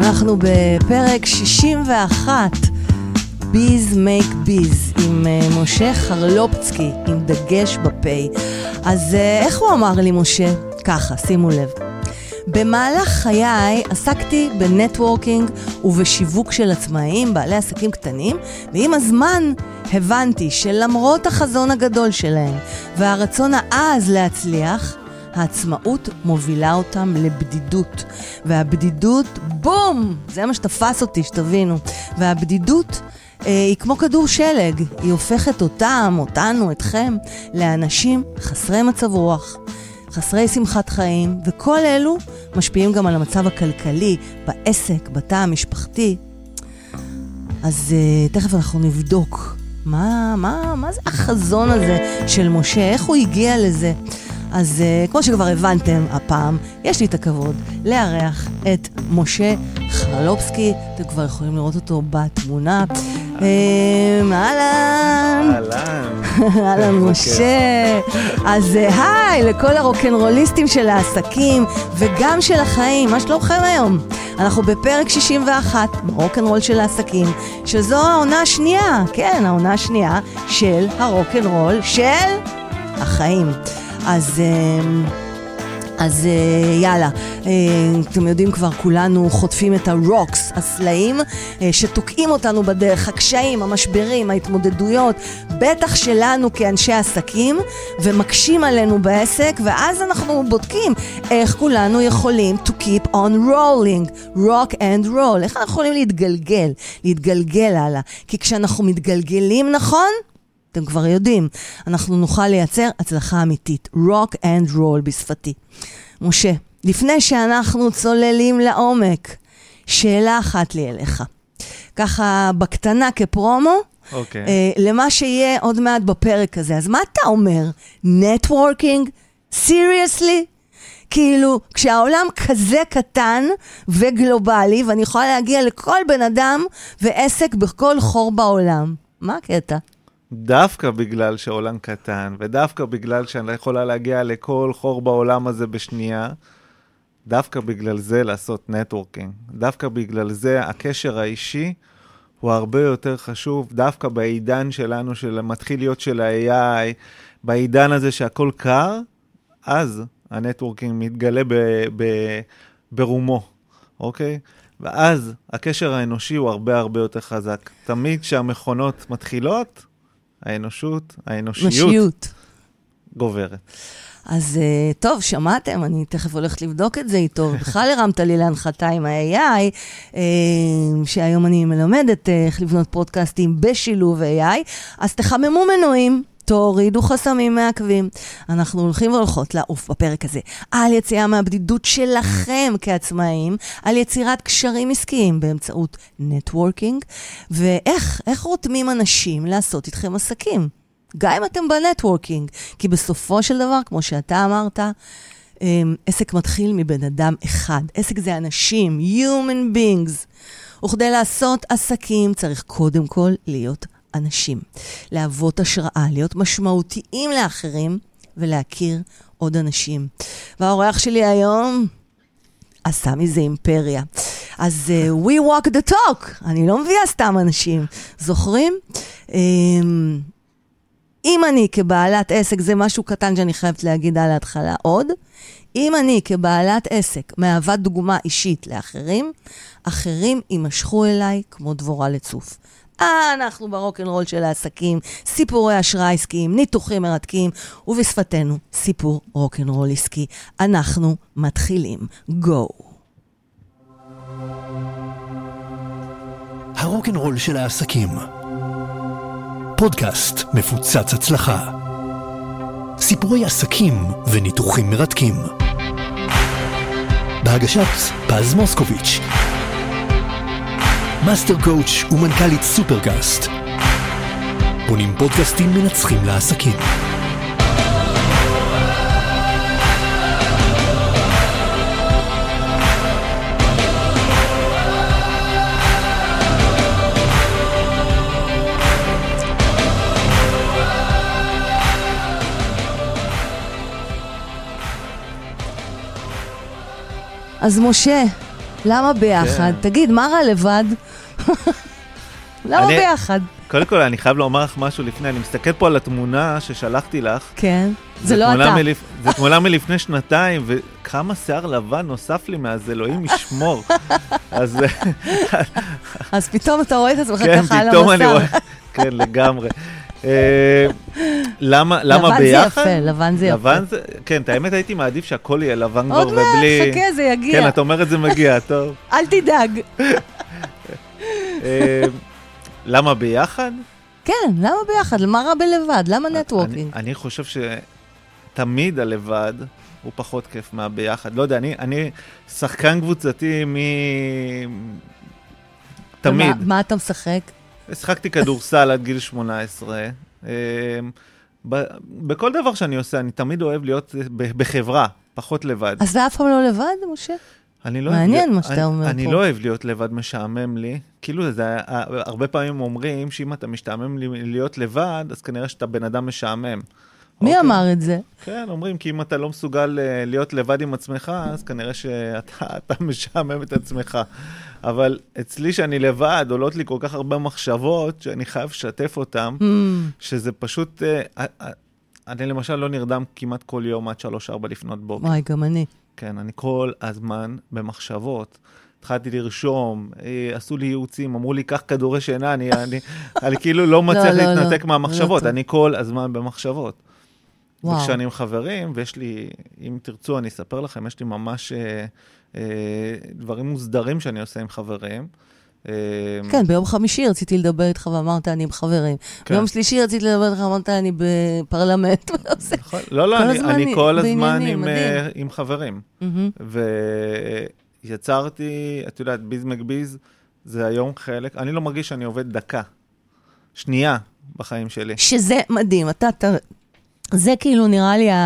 אנחנו בפרק 61, Bees Make Bees, עם משה חרלופצקי, עם דגש בפי. אז איך הוא אמר לי, משה? ככה, שימו לב. במהלך חיי עסקתי בנטוורקינג ובשיווק של עצמאים, בעלי עסקים קטנים, ועם הזמן הבנתי שלמרות החזון הגדול שלהם והרצון העז להצליח, העצמאות מובילה אותם לבדידות. והבדידות, בום! זה מה שתפס אותי, שתבינו. והבדידות היא כמו כדור שלג. היא הופכת אותנו, אתכם, לאנשים חסרי מצב רוח, חסרי שמחת חיים, וכל אלו משפיעים גם על המצב הכלכלי, בעסק, בתא המשפחתי. אז תכף אנחנו נבדוק מה זה החזון הזה של משה, איך הוא הגיע לזה. אז כמו שכבר הבנתם הפעם, יש לי את הכבוד לארח את משה חרלופצקי. אתם כבר יכולים לראות אותו בתמונה. אהלן משה. אז היי לכל הרוקנרוליסטים של העסקים וגם של החיים. מה שלומכם היום? אנחנו בפרק 61, רוקנרול של העסקים, שזו העונה השנייה, כן, העונה השנייה של הרוקנרול של החיים. אז יאללה, אתם יודעים כבר, כולנו חוטפים את הרוקס, הסלעים, שתוקעים אותנו בדרך, הקשיים, המשברים, ההתמודדויות, בטח שלנו כאנשי עסקים, ומקשים עלינו בעסק, ואז אנחנו בודקים איך כולנו יכולים to keep on rolling, rock and roll, איך אנחנו יכולים להתגלגל הלאה, כי כשאנחנו מתגלגלים נכון, אתם כבר יודעים, אנחנו נוכל לייצר הצלחה אמיתית. rock and roll בשפתי. משה, לפני שאנחנו צוללים לעומק, שאלה אחת לי אליך. ככה בקטנה כפרומו, למה שיהיה עוד מעט בפרק הזה. אז מה אתה אומר? נטוורקינג? seriously? כאילו, כשהעולם כזה קטן וגלובלי, ואני יכולה להגיע לכל בן אדם ועסק בכל חור בעולם. מה הקטע? דווקא בגלל שהעולם קטן, ודווקא בגלל שאני יכולה להגיע לכל חור בעולם הזה בשנייה, דווקא בגלל זה לעשות נטוורקינג. דווקא בגלל זה הקשר האישי הוא הרבה יותר חשוב, דווקא בעידן שלנו, של המתחיליות של ה-AI, בעידן הזה שהכל קר, אז הנטוורקינג מתגלה ברומו, אוקיי? ואז הקשר האנושי הוא הרבה הרבה יותר חזק. תמיד כשהמכונות מתחילות, האנושיות גוברת. אז טוב, שמעתם, אני תכף הולכת לבדוק את זה איתו. בכלל הרמת לי להנחתה עם ה-AI, שהיום אני מלמדת איך לבנות פודקאסטים בשילוב AI, אז תחממו מנועים, תורידו חסמים מעכבים. אנחנו הולכים והולכות לעוף בפרק הזה על יציאה מהבדידות שלכם כעצמאים, על יצירת קשרים עסקיים באמצעות נטוורקינג, ואיך רותמים אנשים לעשות איתכם עסקים, גם אם אתם בנטוורקינג, כי בסופו של דבר, כמו שאתה אמרת, עסק מתחיל מבן אדם אחד. עסק זה אנשים, human beings. וכדי לעשות עסקים צריך קודם כל להיות אנשים, להוות השראה, להיות משמעותיים לאחרים ולהכיר עוד אנשים. והאורח שלי היום עשה מזה אימפריה. אז we walk the talk. אני לא מביאה סתם אנשים. זוכרים? אם אני כבעלת עסק, זה משהו קטן שאני חייבת להגיד על ההתחלה עוד, אם אני כבעלת עסק מהווה דוגמה אישית לאחרים, אחרים יימשכו אליי כמו דבורה לצוף. אנחנו ברוקנרול של העסקים, סיפורי השראה עסקיים, ניתוחים מרתקים, ובשפתנו סיפור רוקנרול עסקי. אנחנו מתחילים. גו. הרוקנרול של העסקים. פודקאסט מפוצץ הצלחה. סיפורי עסקים וניתוחים מרתקים. בהגשת פז מוסקוביץ', מאסטר קואוץ' ומנכ"לית סופרקאסט. בונים פודקאסטים מנצחים לעסקים. אז משה, למה ביחד? תגיד, מה רע לבד? למה ביחד? קודם כל, אני חייב לומר לך משהו לפני, אני מסתכל פה על התמונה ששלחתי לך. כן, זה לא אתה. זו תמונה מלפני שנתיים, וכמה שיער לבן נוסף לי מאז, אלוהים ישמור. אז פתאום אתה רואה את עצמך כן, ככה על פתאום אני המסך. רואה, כן, לגמרי. למה ביחד? לבן זה יפה. כן, את האמת הייתי מעדיף שהכל יהיה לבן כבר עוד ובלי... מעט, חכה, זה יגיע. כן, את אומרת זה מגיע, טוב. אל תדאג. למה ביחד? כן, למה ביחד? מה רע בלבד? למה נטוורקינג? אני חושב שתמיד הלבד הוא פחות כיף מהביחד. לא יודע, אני שחקן קבוצתי תמיד. מה אתה משחק? שחקתי כדורסל עד גיל 18. בכל דבר שאני עושה, אני תמיד אוהב להיות בחברה, פחות לבד. אז אתה אף פעם לא לבד, משה? מעניין מה שאתה אומר פה. אני לא אוהב להיות לבד, משעמם לי. כאילו, הרבה פעמים אומרים שאם אתה משתעמם להיות לבד, אז כנראה שאתה בן אדם משעמם. מי אמר את זה? כן, אומרים, כי אם אתה לא מסוגל להיות לבד עם עצמך, אז כנראה שאתה משעמם את עצמך. אבל אצלי שאני לבד, עולות לי כל כך הרבה מחשבות, שאני חייב לשתף אותם, שזה פשוט... אני למשל לא נרדם כמעט כל יום עד 3-4 לפנות בוקר. וואי, גם אני. כן, אני כל הזמן במחשבות. התחלתי לרשום, עשו לי ייעוצים, אמרו לי, קח כדורי שינה, אני כאילו לא מצליח להתנתק מהמחשבות, אני כל הזמן במחשבות. וכשאני עם חברים, ויש לי, אם תרצו, אני אספר לכם, יש לי ממש דברים מוסדרים שאני עושה עם חברים. כן, ביום חמישי רציתי לדבר איתך ואמרת, אני עם חברים. ביום שלישי רציתי לדבר איתך ואמרת, אני בפרלמנט. לא, אני כל הזמן עם חברים. ויצרתי, את יודעת, ביז מקביז, זה היום חלק, אני לא מרגיש שאני עובד דקה, שנייה בחיים שלי. שזה מדהים, זה כאילו נראה לי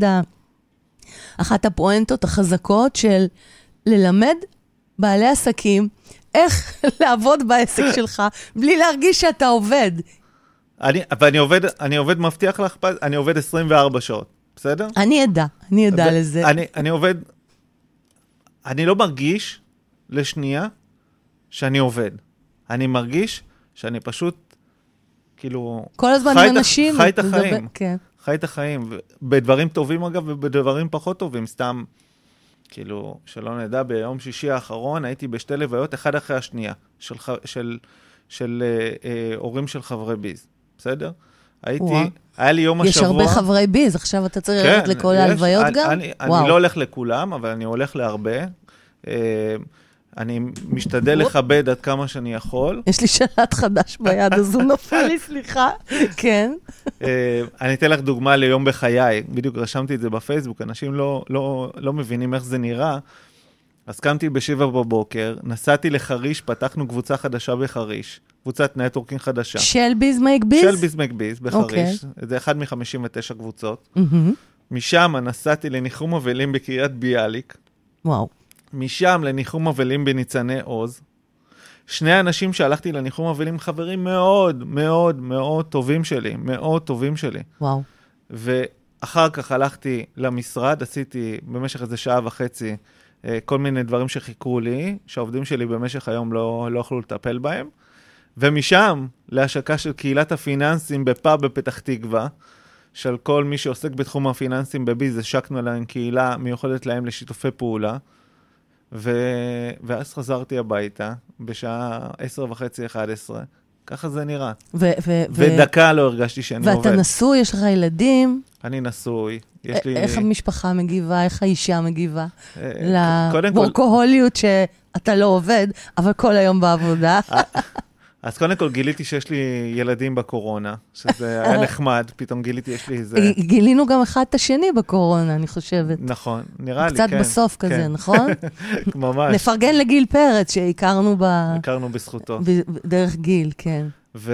אחת הפואנטות החזקות של ללמד בעלי עסקים, איך לעבוד בעסק שלך, בלי להרגיש שאתה עובד. אני עובד, מבטיח לך, אני עובד 24 שעות, בסדר? אני אדע לזה. אני עובד, אני לא מרגיש לשנייה שאני עובד. אני מרגיש שאני פשוט, כאילו... כל הזמן עם אנשים. חי את החיים. כן. חי את החיים. בדברים טובים אגב, ובדברים פחות טובים. סתם, כאילו, שלא נדע, ביום שישי האחרון הייתי בשתי לוויות, אחד אחרי השנייה, של הורים של חברי ביז. בסדר? היה לי יום השבוע... יש הרבה חברי ביז, עכשיו אתה צריך ללכת לכל ההלוויות גם? אני לא הולך לכולם, אבל אני הולך להרבה. אני משתדל לכבד עד כמה שאני יכול. יש לי שלט חדש ביד, אז הוא נופל לי, סליחה. כן. אני אתן לך דוגמה ליום בחיי, בדיוק רשמתי את זה בפייסבוק, אנשים לא מבינים איך זה נראה. אז קמתי ב7 בבוקר, נסעתי לחריש, פתחנו קבוצה חדשה בחריש, קבוצת נטוורקינג חדשה. של ביז מייק ביז? של ביז מייק ביז בחריש, זה אחד מ-59 קבוצות. משם נסעתי לניחום אבלים בקריית ביאליק. וואו. משם לניחום אבלים בניצני עוז. שני אנשים שהלכתי לניחום אבלים, חברים מאוד מאוד מאוד טובים שלי, מאוד טובים שלי. וואו. ואחר כך הלכתי למשרד, עשיתי במשך איזה שעה וחצי כל מיני דברים שחיכו לי, שהעובדים שלי במשך היום לא יכלו לטפל בהם. ומשם להשקה של קהילת הפיננסים בפאב בפתח תקווה, של כל מי שעוסק בתחום הפיננסים בביז, השקנו להם קהילה מיוחדת להם לשיתופי פעולה. ואז חזרתי הביתה, בשעה 10:30-11, ככה זה נראה. ודקה לא הרגשתי שאני עובד. ואתה נשוי, יש לך ילדים? אני נשוי, יש לי... איך המשפחה מגיבה, איך האישה מגיבה? לוורקוהוליות שאתה לא עובד, אבל כל היום בעבודה. אז קודם כל גיליתי שיש לי ילדים בקורונה, שזה היה נחמד, פתאום גיליתי יש לי איזה... גילינו גם אחד את השני בקורונה, אני חושבת. נכון, נראה לי, כן. קצת בסוף כזה, נכון? ממש. נפרגן לגיל פרץ, שהכרנו בזכותו. דרך גיל, כן.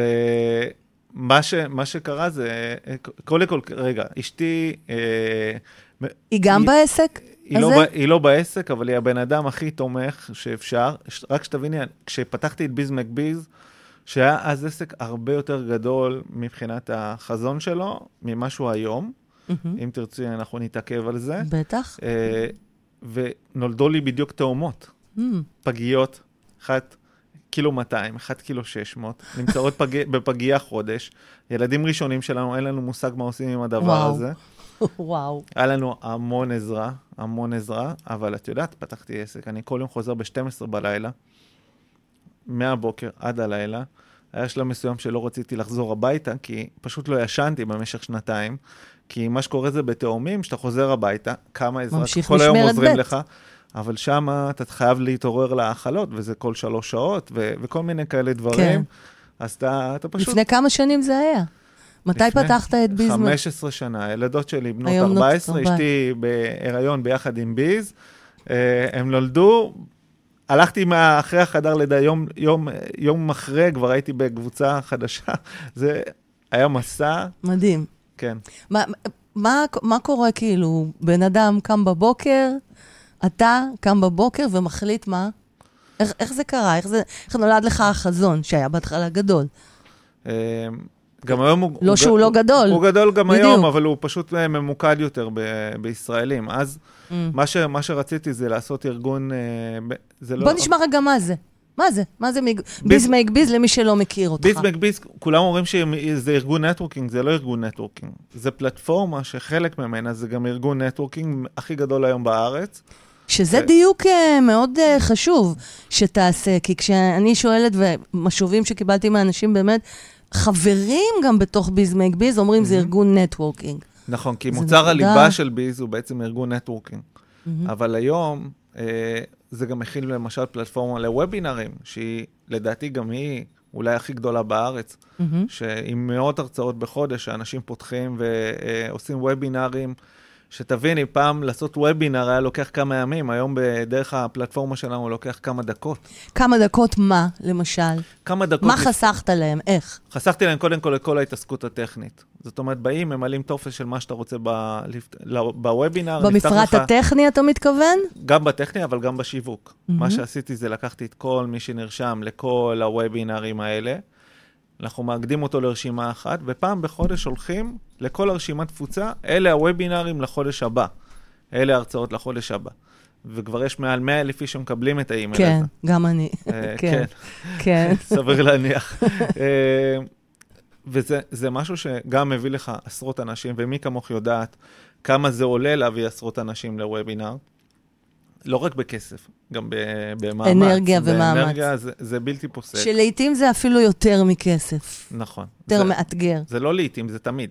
ומה שקרה זה, קודם כל, רגע, אשתי... היא גם בעסק הזה? היא לא בעסק, אבל היא הבן אדם הכי תומך שאפשר. רק שתביני, כשפתחתי את ביז מקביז, שהיה אז עסק הרבה יותר גדול מבחינת החזון שלו, ממה שהוא היום. אם תרצי, אנחנו נתעכב על זה. בטח. ונולדו לי בדיוק תאומות. פגיות, 1 קילו 200, 1 קילו 600, נמצאות בפגייה חודש. ילדים ראשונים שלנו, אין לנו מושג מה עושים עם הדבר הזה. וואו. היה לנו המון עזרה, אבל את יודעת, פתחתי עסק. אני כל יום חוזר ב-12 בלילה, מהבוקר עד הלילה. היה שלב מסוים שלא רציתי לחזור הביתה, כי פשוט לא ישנתי במשך 2 כי מה שקורה זה בתאומים, שאתה חוזר הביתה, כמה עזרה, כל היום עוזרים לך, אבל שם אתה חייב להתעורר להאכלות, וזה כל 3 שעות, וכל מיני כאלה דברים. כן. אז אתה פשוט... לפני כמה שנים זה היה? מתי פתחת את ביז? 15 שנה, הילדות שלי בנות 14, אשתי בהיריון ביחד עם ביז, הם נולדו, הלכתי אחרי החדר לידה, יום אחרי, כבר הייתי בקבוצה חדשה, זה היה מסע. מדהים. כן. מה קורה כאילו? בן אדם קם בבוקר, אתה קם בבוקר ומחליט מה? איך זה קרה? איך נולד לך החזון שהיה בהתחלה גדול? גם היום הוא... לא שהוא לא גדול. הוא גדול גם היום, אבל הוא פשוט ממוקד יותר בישראלים. אז מה שרציתי זה לעשות ארגון... בוא נשמע רגע מה זה. מה זה? מה זה ביז מייק ביז למי שלא מכיר אותך? ביז מייק ביז, כולם אומרים שזה ארגון נטוורקינג, זה לא ארגון נטוורקינג. זה פלטפורמה שחלק ממנה זה גם ארגון נטוורקינג הכי גדול היום בארץ. שזה דיוק מאוד חשוב שתעשה, כי כשאני שואלת ומשובים שקיבלתי מהאנשים באמת, חברים גם בתוך ביז מייק ביז אומרים זה ארגון נטוורקינג. נכון, כי מוצר הליבה של ביז הוא בעצם ארגון נטוורקינג. אבל היום זה גם מכיל למשל פלטפורמה לוובינרים, שהיא לדעתי גם היא אולי הכי גדולה בארץ, שעם מאות הרצאות בחודש, שאנשים פותחים ועושים וובינרים, שתביני, פעם לעשות וובינר היה לוקח כמה ימים, היום בדרך הפלטפורמה שלנו לוקח כמה דקות. כמה דקות מה, למשל? כמה דקות... מה חסכת להם? איך? חסכתי להם קודם כל לכל ההתעסקות הטכנית. זאת אומרת, באים, ממלאים טופס של מה שאתה רוצה בוובינר. במפרט הטכני אתה מתכוון? גם בטכני, אבל גם בשיווק. מה שעשיתי זה לקחתי את כל מי שנרשם לכל הוובינרים האלה, אנחנו מאגדים אותו לרשימה אחת, ופעם בחודש הולכים לכל הרשימת תפוצה, אלה הוובינרים לחודש הבא. אלה ההרצאות לחודש הבא. וכבר יש מעל 100,000 איש שמקבלים את האימייל הזה. כן, גם אני. כן. כן. סביר להניח. וזה משהו שגם מביא לך עשרות אנשים, ומי כמוך יודעת כמה זה עולה להביא עשרות אנשים לוובינר. לא רק בכסף, גם במאמץ. אנרגיה ומאמץ. באנרגיה זה בלתי פוסק. שלעיתים זה אפילו יותר מכסף. נכון. יותר מאתגר. זה לא לעיתים, זה תמיד.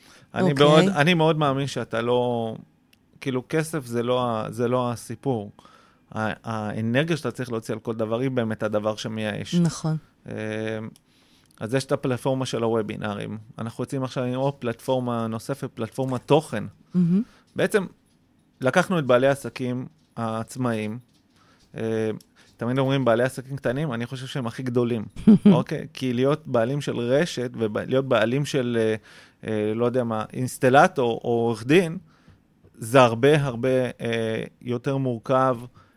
אני מאוד מאמין שאתה לא... כאילו, כסף זה לא הסיפור. האנרגיה שאתה צריך להוציא על כל דבר היא באמת הדבר שמייאש. נכון. אז יש את הפלטפורמה של הוובינרים. אנחנו רוצים עכשיו עם עוד פלטפורמה נוספת, פלטפורמה תוכן. בעצם לקחנו את בעלי העסקים העצמאים, תמיד אומרים בעלי עסקים קטנים, אני חושב שהם הכי גדולים, אוקיי? כי להיות בעלים של רשת, ולהיות בעלים של, לא יודע מה, אינסטלטור או עורך דין, זה הרבה יותר מורכב,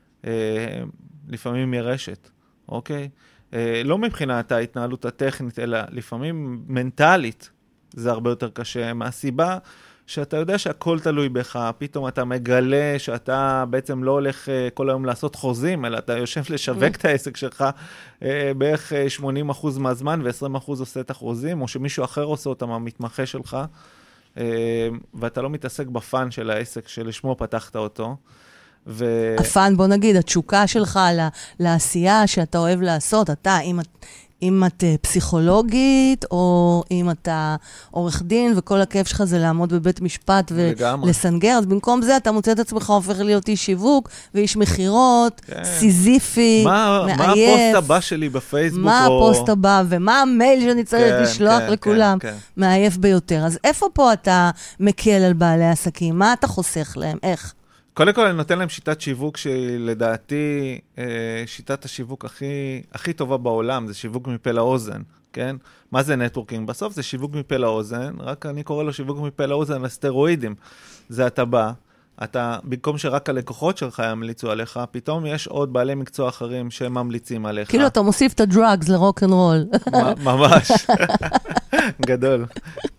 לפעמים מרשת, אוקיי? לא מבחינת ההתנהלות הטכנית, אלא לפעמים מנטלית, זה הרבה יותר קשה, מהסיבה שאתה יודע שהכל תלוי בך, פתאום אתה מגלה שאתה בעצם לא הולך כל היום לעשות חוזים, אלא אתה יושב לשווק את העסק שלך בערך 80% מהזמן, ו20% עושה את החוזים, או שמישהו אחר עושה אותם, המתמחה שלך, ואתה לא מתעסק בפן של העסק שלשמו פתחת אותו. הפן, בוא נגיד, התשוקה שלך לעשייה שאתה אוהב לעשות, אתה, אם את פסיכולוגית, או אם אתה עורך דין, וכל הכיף שלך זה לעמוד בבית משפט ולסנגר, אז במקום זה אתה מוצא את עצמך הופך להיות איש שיווק, ואיש מחירות, סיזיפי, מעייף. מה הפוסט הבא שלי בפייסבוק? מה הפוסט הבא, ומה המייל שאני צריך לשלוח לכולם? מעייף ביותר. אז איפה פה אתה מקל על בעלי עסקים? מה אתה חוסך להם? איך? קודם כל, אני נותן להם שיטת שיווק שלדעתי, שיטת השיווק הכי טובה בעולם, זה שיווק מפה לאוזן, כן? מה זה נטוורקינג? בסוף זה שיווק מפה לאוזן, רק אני קורא לו שיווק מפה לאוזן לסטרואידים. זה אתה בא, במקום שרק הלקוחות שלך ימליצו עליך, פתאום יש עוד בעלי מקצוע אחרים שממליצים עליך. כאילו אתה מוסיף את הדרגס לרוק'נ'רול. ממש. גדול.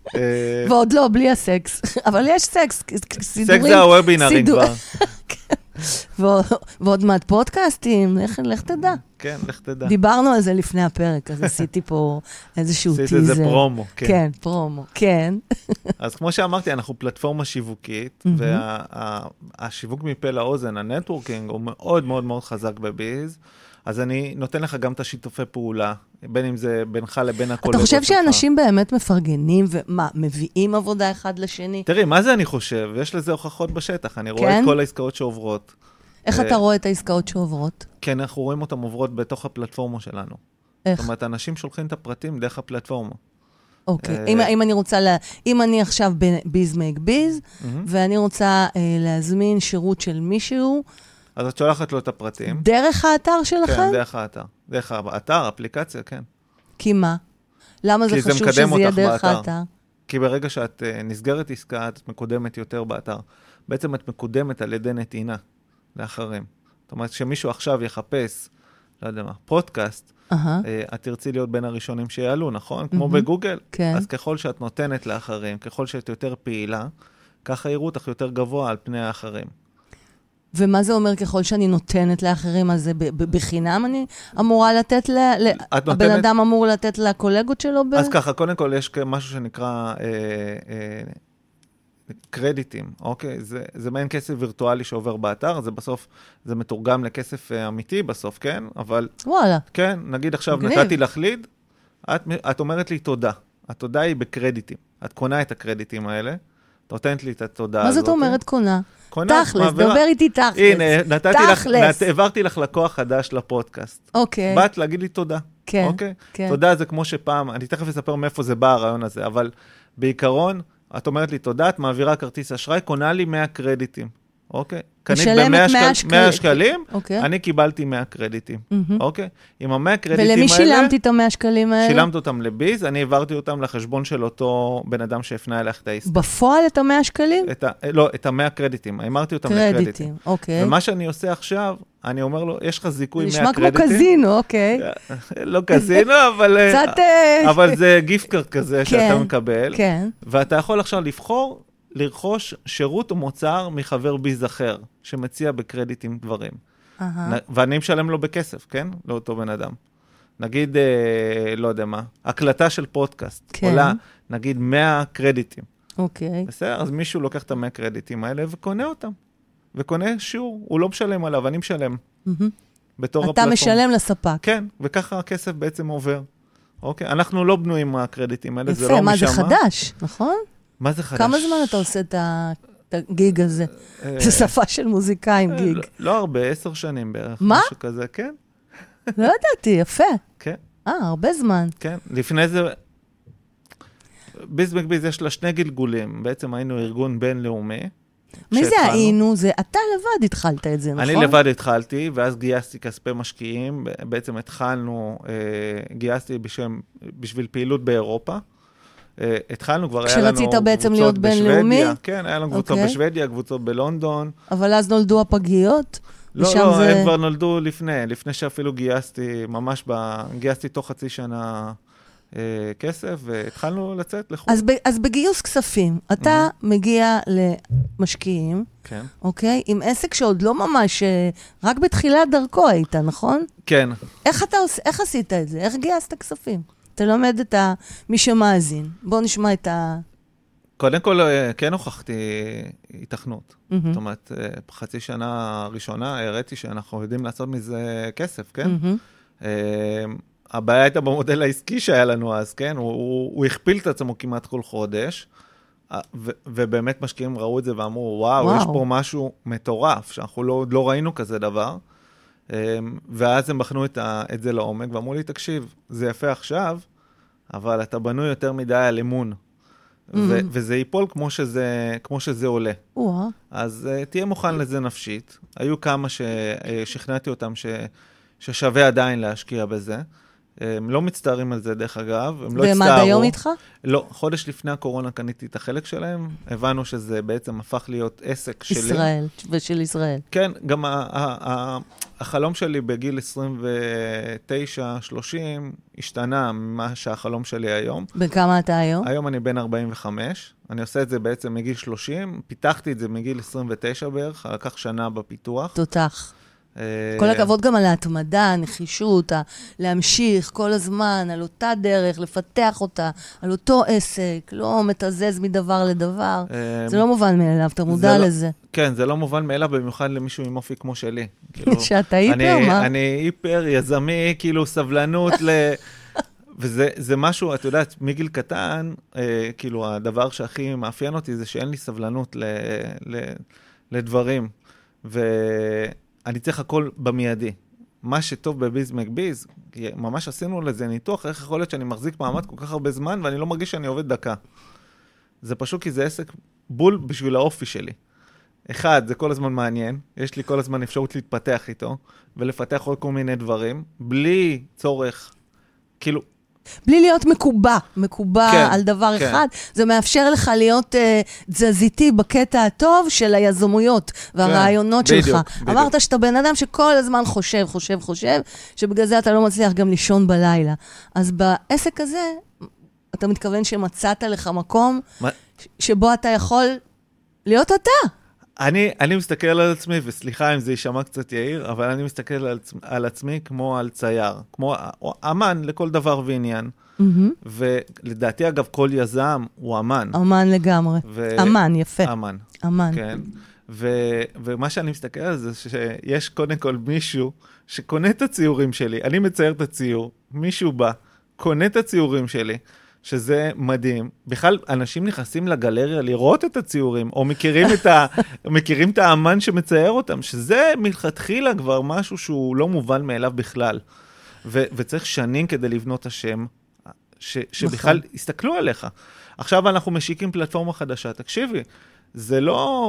ועוד לא, בלי הסקס. אבל יש סקס, סקס זה הוובינרים כבר. ועוד מעט פודקאסטים, לך תדע. כן, לך תדע. דיברנו על זה לפני הפרק, אז עשיתי פה איזשהו טיזר. עשית איזה פרומו, כן. כן, פרומו, כן. אז כמו שאמרתי, אנחנו פלטפורמה שיווקית, והשיווק מפה לאוזן, הנטוורקינג, הוא מאוד מאוד מאוד חזק בביז, אז אני נותן לך גם את השיתופי פעולה, בין אם זה בינך לבין הקולגות שלך. אתה חושב שאנשים באמת מפרגנים, ומה, מביאים עבודה אחד לשני? תראי, מה זה אני חושב? יש לזה הוכחות בשטח, אני רואה את כל העסקאות שעוברות. איך אתה רואה את העסקאות שעוברות? כן, אנחנו רואים אותן עוברות בתוך הפלטפורמה שלנו. איך? זאת אומרת, אנשים שולחים את הפרטים דרך הפלטפורמה. אוקיי, אם אני רוצה, אם אני עכשיו בביז מייק ביז, ואני רוצה להזמין שירות של מישהו, אז את שולחת לו את הפרטים. דרך האתר שלכם? כן, דרך האתר. דרך האתר, אפליקציה, כן. כי מה? למה זה חשוב שזה יהיה דרך האתר? כי ברגע שאת נסגרת עסקה, את מקודמת יותר באתר. בעצם את מקודמת על ידי נתינה לאחרים. זאת אומרת, שמישהו עכשיו יחפש, לא יודע מה, פודקאסט, את תרצי להיות בין הראשונים שיעלו, נכון? כמו בגוגל. אז ככל שאת נותנת לאחרים, ככל שאת יותר פעילה, ככה יראו אותך יותר גבוה על פני האחרים. ומה זה אומר ככל שאני נותנת לאחרים? אז בחינם אני אמורה לתת, הבן אדם אמור לתת לקולגות שלו? אז ככה, קודם כל יש משהו שנקרא קרדיטים, אוקיי? זה מעין כסף וירטואלי שעובר באתר, זה בסוף, זה מתורגם לכסף אמיתי בסוף, כן? אבל... וואלה. כן, נגיד עכשיו נתתי לך ליד, את אומרת לי תודה. התודה היא בקרדיטים. את קונה את הקרדיטים האלה, את נותנת לי את התודה הזאת. מה זאת אומרת קונה? קונה, תכלס, דבר איתי תכלס. הנה, נתתי לך, העברתי לך לקוח חדש לפודקאסט. אוקיי. באת להגיד לי תודה. כן, אוקיי? כן. תודה זה כמו שפעם, אני תכף אספר מאיפה זה בא הרעיון הזה, אבל בעיקרון, את אומרת לי תודה, את מעבירה כרטיס אשראי, קונה לי 100 קרדיטים. אוקיי? קנית ב-100 שקלים, אני קיבלתי 100 קרדיטים. אוקיי? עם ה-100 קרדיטים האלה... ולמי שילמתי את ה-100 שקלים האלה? שילמת אותם לביז, אני העברתי אותם לחשבון של אותו בן אדם שהפנה אליך את העסקה. בפועל את ה-100 שקלים? לא, את ה-100 קרדיטים. אמרתי אותם לקרדיטים. קרדיטים, אוקיי. ומה שאני עושה עכשיו, אני אומר לו, יש לך זיכוי 100 קרדיטים. נשמע כמו קזינו, אוקיי. לא קזינו, אבל זה גיפט-קארד כזה שאתה מקבל. כן. ואתה יכול עכשיו לבחור לרכוש שירות או מוצר מחבר ביז אחר, שמציע בקרדיטים דברים. ואני משלם לו בכסף, כן? לאותו בן אדם. נגיד, לא יודע מה, הקלטה של פודקאסט, עולה, נגיד 100 קרדיטים. אוקיי. בסדר? אז מישהו לוקח את ה-100 קרדיטים האלה וקונה אותם. וקונה שיעור, הוא לא משלם עליו, אני משלם. בתור הפלטפורמה. אתה משלם לספק. כן, וככה הכסף בעצם עובר. אוקיי? אנחנו לא בנויים מהקרדיטים האלה, זה לא יפה, מה משמה. זה חדש, נכון? מה זה חדש? כמה זמן אתה עושה את הגיג הזה? זה שפה של מוזיקאים, גיג. לא הרבה, 10 שנים בערך. מה? משהו כזה, כן. לא ידעתי, יפה. כן. הרבה זמן. כן, לפני זה, ביז מקביז יש לה 2 גלגולים. בעצם היינו ארגון בינלאומי. מי זה היינו? זה אתה לבד התחלת את זה, נכון? אני לבד התחלתי, ואז גייסתי כספי משקיעים. בעצם התחלנו, גייסתי בשביל פעילות באירופה. התחלנו, כבר היה לנו כשרצית בעצם להיות בינלאומי? כן, היה לנו קבוצות בשוודיה, קבוצות בלונדון. אבל אז נולדו הפגיות? לא, הם כבר נולדו לפני שאפילו גייסתי, ממש גייסתי תוך חצי שנה כסף, והתחלנו לצאת לחו"ל. אז בגיוס כספים, אתה מגיע למשקיעים, אוקיי? עם עסק שעוד לא ממש, רק בתחילת דרכו היית, נכון? כן. איך עשית את זה? איך גייסת כספים? תלמד את מי שמאזין. בואו נשמע את קודם כל, כן הוכחתי התכנות. זאת אומרת, חצי שנה ראשונה הראיתי שאנחנו יודעים לעשות מזה כסף, כן? הבעיה הייתה במודל העסקי שהיה לנו אז, כן? הוא הכפיל את עצמו כמעט כל חודש, ובאמת משקיעים ראו את זה ואמרו, וואו, יש פה משהו מטורף, שאנחנו לא ראינו כזה דבר, ואז הם בחנו את זה לעומק, ואמרו לי, תקשיב, זה יפה עכשיו, אבל אתה בנוי יותר מדי על אמון, וזה ייפול כמו שזה עולה. אז תהיה מוכן לזה נפשית. היו כמה ששכנעתי אותם ששווה עדיין להשקיע בזה, הם לא מצטערים על זה, דרך אגב. הם לא והם עד היום איתך? לא, חודש לפני הקורונה קניתי את החלק שלהם. הבנו שזה בעצם הפך להיות עסק שלי. ישראל, ושל ישראל. כן, גם החלום שלי בגיל 29-30 השתנה ממה שהחלום שלי היום. בכמה אתה היום? היום אני בן 45. אני עושה את זה בעצם מגיל 30. פיתחתי את זה מגיל 29 בערך. לקח שנה בפיתוח. תותח. כל הכבוד גם על ההתמדה, הנחישות, להמשיך כל הזמן, על אותה דרך, לפתח אותה, על אותו עסק, לא מתזז מדבר לדבר. זה לא מובן מאליו, אתה מודע לזה. כן, זה לא מובן מאליו, במיוחד למישהו עם אופי כמו שלי. שאתה היפר, מה? אני היפר, יזמי, כאילו סבלנות וזה משהו, את יודעת, מגיל קטן, כאילו הדבר שהכי מאפיין אותי זה שאין לי סבלנות לדברים. אני צריך הכל במיידי. מה שטוב בביז מקביז, ממש עשינו לזה ניתוח, איך יכול להיות שאני מחזיק מעמד כל כך הרבה זמן, ואני לא מרגיש שאני עובד דקה. זה פשוט כי זה עסק בול בשביל האופי שלי. אחד, זה כל הזמן מעניין, יש לי כל הזמן אפשרות להתפתח איתו, ולפתח עוד כל מיני דברים, בלי צורך, כאילו, בלי להיות מקובע כן, על דבר כן. אחד, זה מאפשר לך להיות תזזיתי בקטע הטוב של היזמויות והרעיונות כן, שלך. בדיוק. אמרת שאתה בן אדם שכל הזמן חושב, שבגלל זה אתה לא מצליח גם לישון בלילה. אז בעסק הזה, אתה מתכוון שמצאת לך מקום שבו אתה יכול להיות אתה. אני מסתכל על עצמי, וסליחה אם זה יישמע קצת יאיר, אבל אני מסתכל על עצמי כמו על צייר, כמו אמן לכל דבר ועניין. ולדעתי, אגב, כל יזם הוא אמן. אמן לגמרי. אמן, יפה. אמן. כן. ומה שאני מסתכל על זה, שיש קודם כל מישהו שקונה את הציורים שלי. אני מצייר את הציור, מישהו בא, קונה את הציורים שלי, שזה מדהים. בכלל, אנשים נכנסים לגלריה לראות את הציורים, או מכירים את האמן שמצייר אותם, שזה מלכתחילה כבר משהו שהוא לא מובן מאליו בכלל. וצריך שנים כדי לבנות השם, שבכלל הסתכלו עליך. עכשיו אנחנו משיקים פלטפורמה חדשה. תקשיבי, זה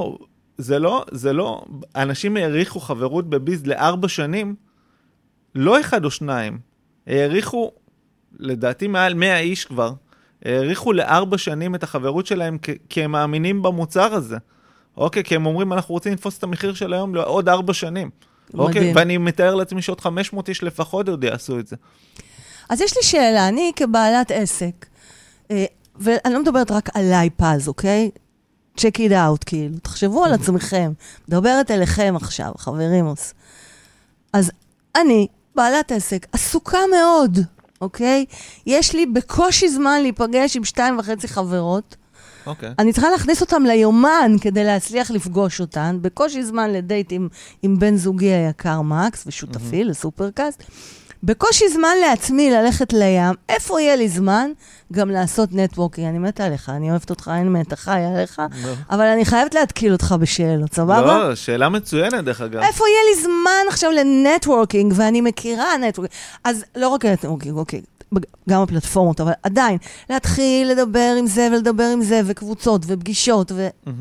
לא, אנשים העריכו חברות בביז ל4 שנים, לא 1 או 2, העריכו, לדעתי מעל 100 איש כבר, העריכו ל4 שנים את החברות שלהם, כי הם מאמינים במוצר הזה. אוקיי, כי הם אומרים, אנחנו רוצים לתפוס את המחיר של היום לעוד 4 שנים. אוקיי, ואני מתאר לעצמי שעוד 500 איש לפחות עוד יעשו את זה. אז יש לי שאלה, אני כבעלת עסק, ואני לא מדברת רק עליי פז, אוקיי? check it out, כאילו. תחשבו על עצמכם. מדברת אליכם עכשיו, חברימוס. אז אני, בעלת עסק, עסוקה מאוד, אוקיי? יש לי בקושי זמן להיפגש עם 2.5 חברות. אוקיי. אני צריכה להכניס אותם ליומן כדי להצליח לפגוש אותן. בקושי זמן לדייט עם בן זוגי היקר מקס ושותפי לסופרקאסט. בקושי זמן לעצמי ללכת לים. איפה יהיה לי זמן גם לעשות נטוורקינג? אני מתה עליך, אני אוהבת אותך, אין מתה, חי עליך. אבל אני חייבת להתקיל אותך בשאלות, סבבה? לא, שאלה מצוינת דרך אגב. איפה יהיה לי זמן עכשיו לנטוורקינג, ואני מכירה נטוורקינג. אז לא רק נטוורקינג, אוקיי. גם הפלטפורמות, אבל עדיין, להתחיל לדבר עם זה ולדבר עם זה, וקבוצות ופגישות,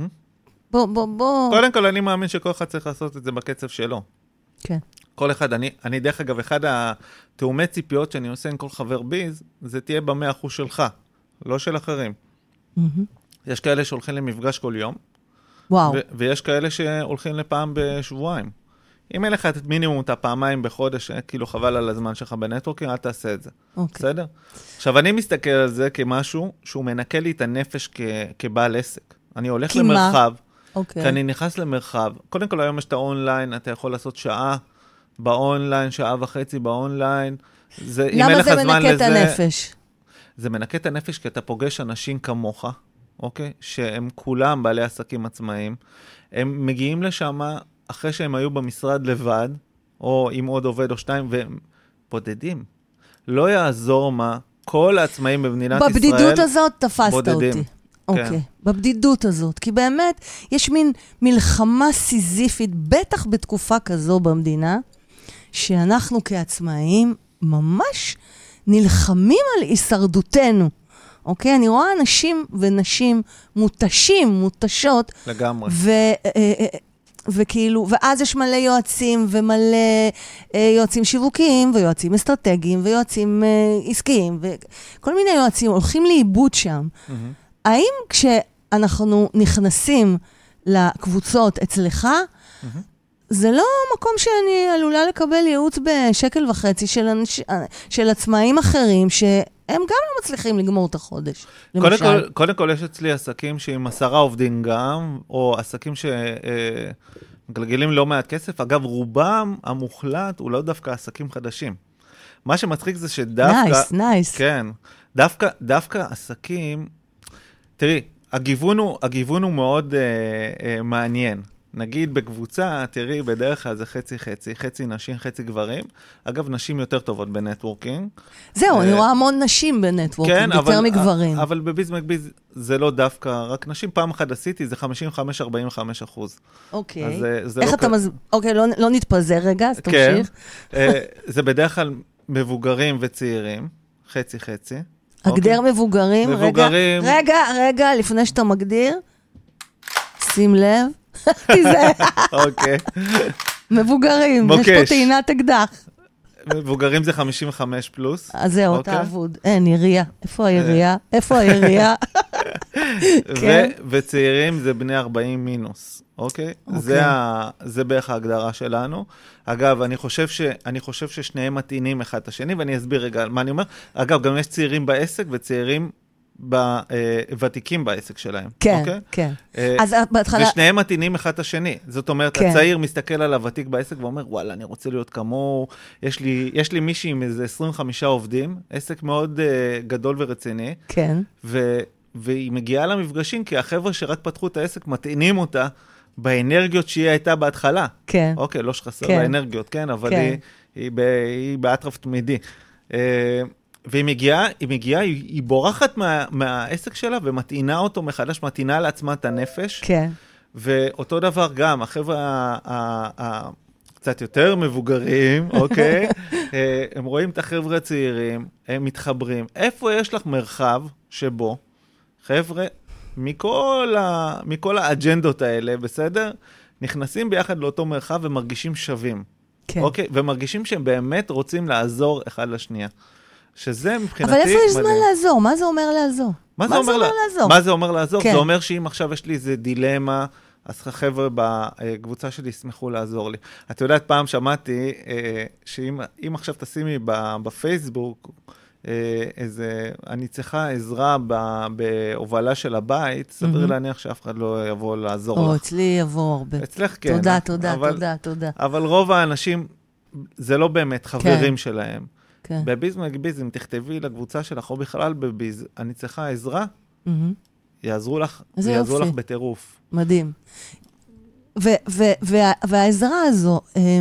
בוא. קודם כל, אני מאמין שכל אחד צריך לעשות את זה בקצב שלו. כן. כל אחד, אני דרך אגב, אחד התאומי ציפיות שאני עושה עם כל חבר ביז, זה תהיה ב100% שלך, לא של אחרים. יש כאלה שהולכים למפגש כל יום, וואו. ויש כאלה שהולכים לפעם בשבועיים. אם אין לך את מינימום את הפעמיים בחודש, כאילו חבל על הזמן שלך בנטוורקינג, אל תעשה את זה. בסדר? עכשיו, אני מסתכל על זה כמשהו שהוא מנקה לי את הנפש כבעל עסק. אני הולך למרחב, כי אני נכנס למרחב. קודם כל, היום יש את האונליין, אתה יכול לעשות שעה באונליין, 1.5 שעה באונליין. למה זה מנקה את הנפש? זה מנקה את הנפש כי אתה פוגש אנשים כמוך, אוקיי? שהם כולם בעלי עסקים עצמאיים. הם מגיעים לשם אחרי שהם היו במשרד לבד, או עם עוד עובד או 2, והם בודדים. לא יעזור מה, כל העצמאים במדינת ישראל בבדידות הזאת תפסת בודדים. אותי. אוקיי, בבדידות הזאת. כי באמת, יש מין מלחמה סיזיפית, בטח בתקופה כזו במדינה, שאנחנו כעצמאים ממש נלחמים על הישרדותנו. אוקיי? אני רואה אנשים ונשים מותשים, מותשות. לגמרי. וכאילו, ואז יש מלא יועצים ומלא יועצים שיווקיים ויועצים אסטרטגיים ויועצים עסקיים וכל מיני יועצים הולכים לאיבוד שם. האם כשאנחנו נכנסים לקבוצות אצלך, זה לא מקום שאני עלולה לקבל ייעוץ ב1.50 של עצמאים אחרים שהם גם לא מצליחים לגמור את החודש. קודם כל יש אצלי עסקים שעם 10 עובדים גם, או עסקים שמגלגלים לא מעט כסף. אגב, רובם המוחלט הוא לא דווקא עסקים חדשים. מה שמצחיק זה שדווקא... נייס. כן. דווקא עסקים... תראי, הגיוון הוא מאוד מעניין. נגיד בקבוצה, תראי, בדרך כלל זה חצי נשים, חצי גברים. אגב, נשים יותר טובות בנטוורקינג. זהו, אני רואה המון נשים בנטוורקינג, יותר מגברים. אבל בביז מקביז זה לא דווקא רק נשים. פעם אחת עשיתי, זה 55-45%. אוקיי. איך אתה אוקיי, לא נתפזר רגע, אז תמשיך. זה בדרך כלל מבוגרים וצעירים, חצי. הגדר מבוגרים. רגע, לפני שאתה מגדיר, שים לב. תיזהר. אוקיי. מבוגרים, יש פה טעינת אקדח. מבוגרים זה 55 פלוס. אז זהו, תעבוד. אין, ירייה. איפה הירייה? איפה הירייה? וצעירים זה בני 40 מינוס. אוקיי? זה בערך ההגדרה שלנו. אגב, אני חושב ששניהם מתאינים אחד את השני, ואני אסביר רגע מה אני אומר. אגב, גם יש צעירים בעסק וצעירים ותיקים בעסק שלהם. כן, כן. אז בהתחלה... ושניהם מתאינים אחד את השני. זאת אומרת, הצעיר מסתכל על הוותיק בעסק ואומר, וואלה, אני רוצה להיות כמוהו. יש לי מישהי עם איזה 25 עובדים, עסק מאוד גדול ורציני. כן. והיא מגיעה למפגשים, כי החבר'ה שרק פתחו את העסק מתאינים אותה באנרגיות שהיא הייתה בהתחלה. כן. אוקיי, לא שחסר באנרגיות, כן, אבל היא באטרף תמידי. והיא מגיעה, היא בורחת מהעסק שלה ומתאינה אותו מחדש, מתאינה לעצמה את הנפש. כן. ואותו דבר גם, החבר'ה קצת יותר מבוגרים, אוקיי? הם רואים את החבר'ה הצעירים, הם מתחברים. איפה יש לך מרחב שבו, חבר'ה, מכל האג'נדות האלה, בסדר? נכנסים ביחד לאותו מרחב ומרגישים שווים. כן. אוקיי? ומרגישים שהם באמת רוצים לעזור אחד לשנייה. שזה מבחינתי... אבל איפה יש זמן לעזור? מה זה אומר לעזור? מה זה אומר לעזור? מה זה אומר לעזור? זה אומר שאם עכשיו יש לי איזה דילמה, אז החבר'ה בקבוצה שלי ישמחו לעזור לי. את יודעת, פעם שמעתי שאם עכשיו תשימי בפייסבוק, אני צריכה עזרה בהובלה של הבית, סביר להניח שאף אחד לא יבוא לעזור לך. אצלי יבוא הרבה. אצלך כן. תודה. אבל רוב האנשים, זה לא באמת חברים שלהם. בביז מקביז, אם תכתבי לקבוצה שלך, או בכלל בביז, אני צריכה עזרה, יעזרו לך בטירוף. מדהים. והעזרה הזו,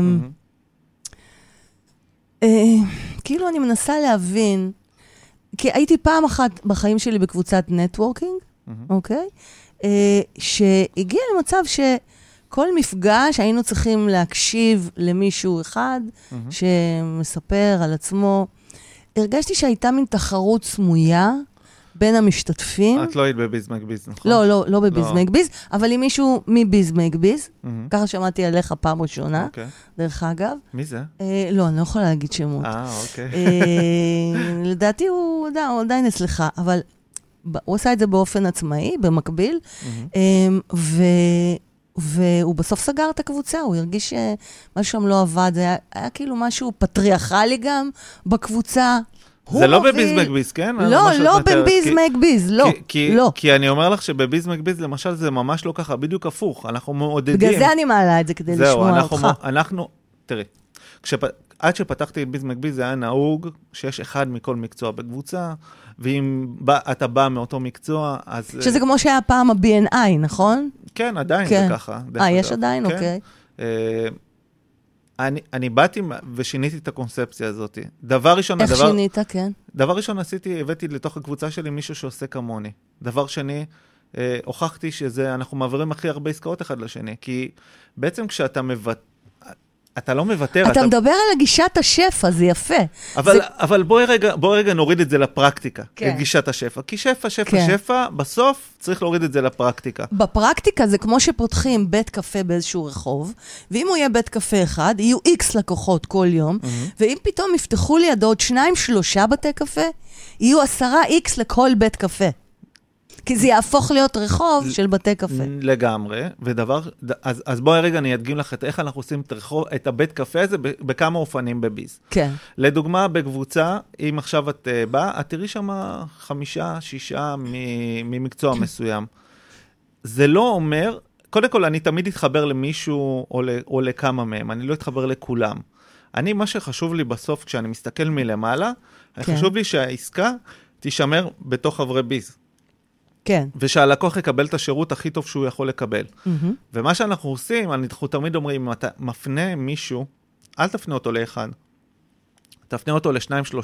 כאילו אני מנסה להבין, כי הייתי פעם אחת בחיים שלי בקבוצת נטוורקינג, אוקיי? שהגיע למצב כל מפגש היינו צריכים להקשיב למישהו אחד שמספר על עצמו. הרגשתי שהייתה מין תחרות סמויה בין המשתתפים. את לא היית בביז מקביז, נכון? לא בביז מקביז, אבל עם מישהו מביז מקביז. ככה שמעתי עליך פעם ראשונה, דרך אגב. מי זה? לא, אני לא יכולה להגיד שמות. אוקיי. לדעתי הוא עדיין אצלך, אבל הוא עשה את זה באופן עצמאי, במקביל, והוא בסוף סגר את הקבוצה, הוא הרגיש שמשהו שם לא עבד, זה היה כאילו משהו פטריארכלי גם בקבוצה. זה לא בביז מקביז, כן? לא בביז מקביז, לא. כי אני אומר לך שבביז מקביז, למשל, זה ממש לא ככה, בדיוק הפוך. אנחנו מעודדים. בגלל זה אני מעלה את זה כדי לשמוע אותך. אנחנו, תראי, עד שפתחתי את ביז מקביז, זה היה נהוג שיש אחד מכל מקצוע בקבוצה, ואם אתה בא מאותו מקצוע, אז... שזה כמו שהיה פעם ה-BNI, נכון? כן, עדיין זה ככה. יש עדיין, אוקיי. אני באתי ושיניתי את הקונספציה הזאת. דבר ראשון... איך שינית, כן? דבר ראשון הבאתי לתוך הקבוצה שלי מישהו שעושה כמוני. דבר שני, הוכחתי שזה, אנחנו מעבירים הכי הרבה עסקאות אחד לשני, כי בעצם כשאתה אתה לא מוותר. אתה מדבר על גישת השפע, זה יפה. אבל בואי רגע נוריד את זה לפרקטיקה, כן. את גישת השפע. כי שפע, בסוף צריך להוריד את זה לפרקטיקה. בפרקטיקה זה כמו שפותחים בית קפה באיזשהו רחוב, ואם הוא יהיה בית קפה אחד, יהיו X לקוחות כל יום, ואם פתאום יפתחו לידו עוד 2-3 בתי קפה, יהיו 10X לכל בית קפה. כי זה יהפוך להיות רחוב של בתי קפה. לגמרי, אז בואי רגע אני אדגים לך את איך אנחנו עושים את הבית קפה הזה בכמה אופנים בביז. כן. לדוגמה, בקבוצה, אם עכשיו את באה, את תראי שם 5-6 ממקצוע מסוים. זה לא אומר, קודם כל אני תמיד אתחבר למישהו או לכמה מהם, אני לא אתחבר לכולם. מה שחשוב לי בסוף, כשאני מסתכל מלמעלה, חשוב לי שהעסקה תישמר בתוך חברי ביז. כן. ושהלקוח יקבל את השירות הכי טוב שהוא יכול לקבל. ומה שאנחנו עושים, אנחנו תמיד אומרים, אם אתה מפנה מישהו, אל תפנה אותו לאחד. תפנה אותו ל2-3.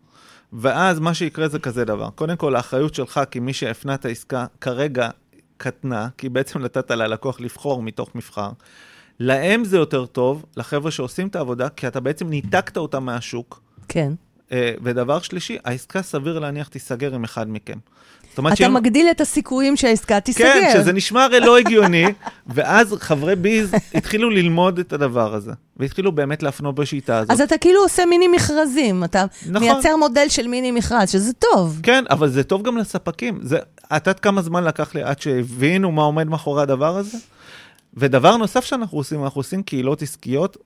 ואז מה שיקרה זה כזה דבר. קודם כל, האחריות שלך, כי מי שהפנה את העסקה, כרגע קטנה, כי בעצם נתת ללקוח לבחור מתוך מבחר. להם זה יותר טוב, לחבר'ה שעושים את העבודה, כי אתה בעצם ניתקת אותה מהשוק. כן. ודבר שלישי, העסקה סביר להניח תיסגר עם אחד מכם. אתה מגדיל את הסיכויים שהעסקה תיסגר. כן, שזה נשמע הרי לא הגיוני, ואז חברי ביז התחילו ללמוד את הדבר הזה, והתחילו באמת להפנות בשיטה הזאת. אז אתה כאילו עושה מיני מכרזים, אתה מייצר מודל של מיני מכרז, שזה טוב. כן, אבל זה טוב גם לספקים. את יודעת כמה זמן לקח לי עד שהבינו מה עומד מאחורי הדבר הזה? ודבר נוסף שאנחנו עושים קהילות עסקיות,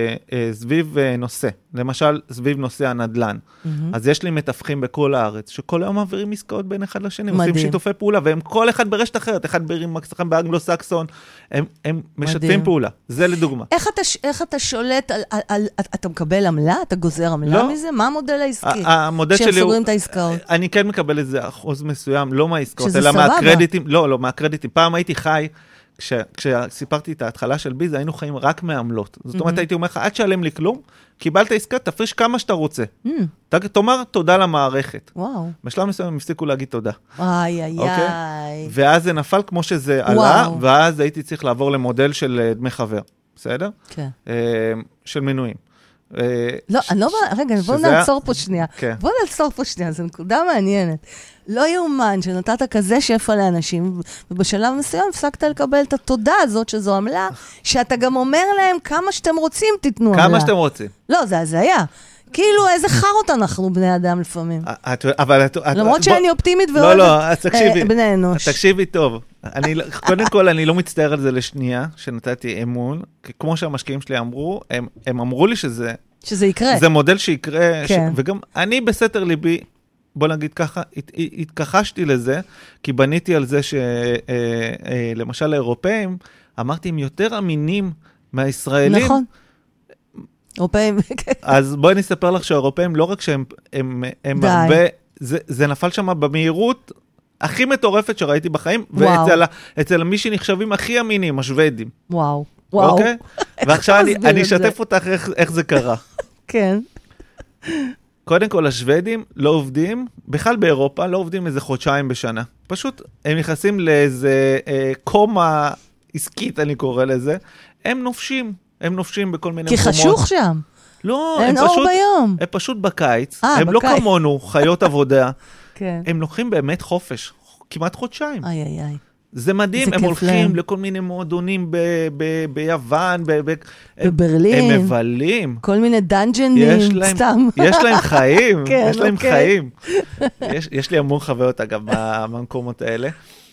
סביב נושא, למשל סביב נושא הנדלן. אז יש לי מתווכים בכל הארץ, שכל היום מעבירים עסקאות בין אחד לשני, עושים שיתופי פעולה, והם כל אחד ברשת אחרת, אחד באנגלו באנגלו-סקסון, הם משתפים פעולה. זה לדוגמה. איך אתה שולט אתה מקבל עמלה? אתה גוזר עמלה מזה? מה המודל העסקי? המודל שלי סוגרים את העסקאות. אני כן מקבל איזה אחוז מסוים, לא מהעסקאות, שזה אלא סבבה. מהקרדיטים, לא, מהקרדיטים. פעם הייתי חי, כשסיפרתי את ההתחלה של ביז, היינו חיים רק מעמלות. זאת אומרת, הייתי אומר לך, עד שעלם לי כלום, קיבלת עסקה, תפריש כמה שאתה רוצה. תאמר תודה למערכת. וואו. בשלב מסוים הם הפסיקו להגיד תודה. איי, איי, אוקיי? איי. ואז זה נפל כמו שזה עלה, ואז הייתי צריך לעבור למודל של דמי חבר. בסדר? כן. של מנויים. לא, אני לא... רגע, בואו נעצור פה שנייה. בואו נעצור פה שנייה, זו נקודה מעניינת. לא יאומן שנתת כזה שפע לאנשים, ובשלב מסוים הפסקת לקבל את התודה הזאת, שזו עמלה, שאתה גם אומר להם כמה שאתם רוצים תיתנו עמלה. כמה שאתם רוצים. לא, זה היה. כאילו, איזה חרות אנחנו בני אדם לפעמים. למרות שאני אופטימית ואוהבת בני אנוש. תקשיבי טוב. קודם כל, אני לא מצטער על זה לשנייה, שנתתי אמון, כי כמו שהמשקיעים שלי אמרו, הם אמרו לי שזה יקרה. זה מודל שיקרה, וגם אני בסתר ליבי, בוא נגיד ככה, התכחשתי לזה, כי בניתי על זה שלמשל האירופאים, אמרתי, הם יותר אמינים מהישראלים. נכון. אירופאים. אז בואי נספר לך שהאירופאים, לא רק שהם הרבה, זה נפל שם במהירות הכי מטורפת שראיתי בחיים, ואצל מי שנחשבים הכי אמינים, השוודים. וואו. אוקיי? ועכשיו אני אשתף אותך איך זה קרה. כן. קודם כל, השוודים לא עובדים, בכלל באירופה, לא עובדים איזה חודשיים בשנה. פשוט הם נכנסים לאיזה קומה עסקית, אני קורא לזה. הם נופשים בכל מיני מקומות. כי חשוך שם. לא, אין אור ביום. הם פשוט בקיץ. הם לא כמונו, חיות עבודה. כן. הם לוקחים באמת חופש, כמעט חודשיים. איי, איי, איי. זה מדהים, הם הולכים לכל מיני מועדונים ביוון, בברלין. הם מבלים. כל מיני דנג'נים, סתם. יש להם חיים, יש להם אוקיי. חיים. יש לי המון חוויות, אגב, במקומות האלה.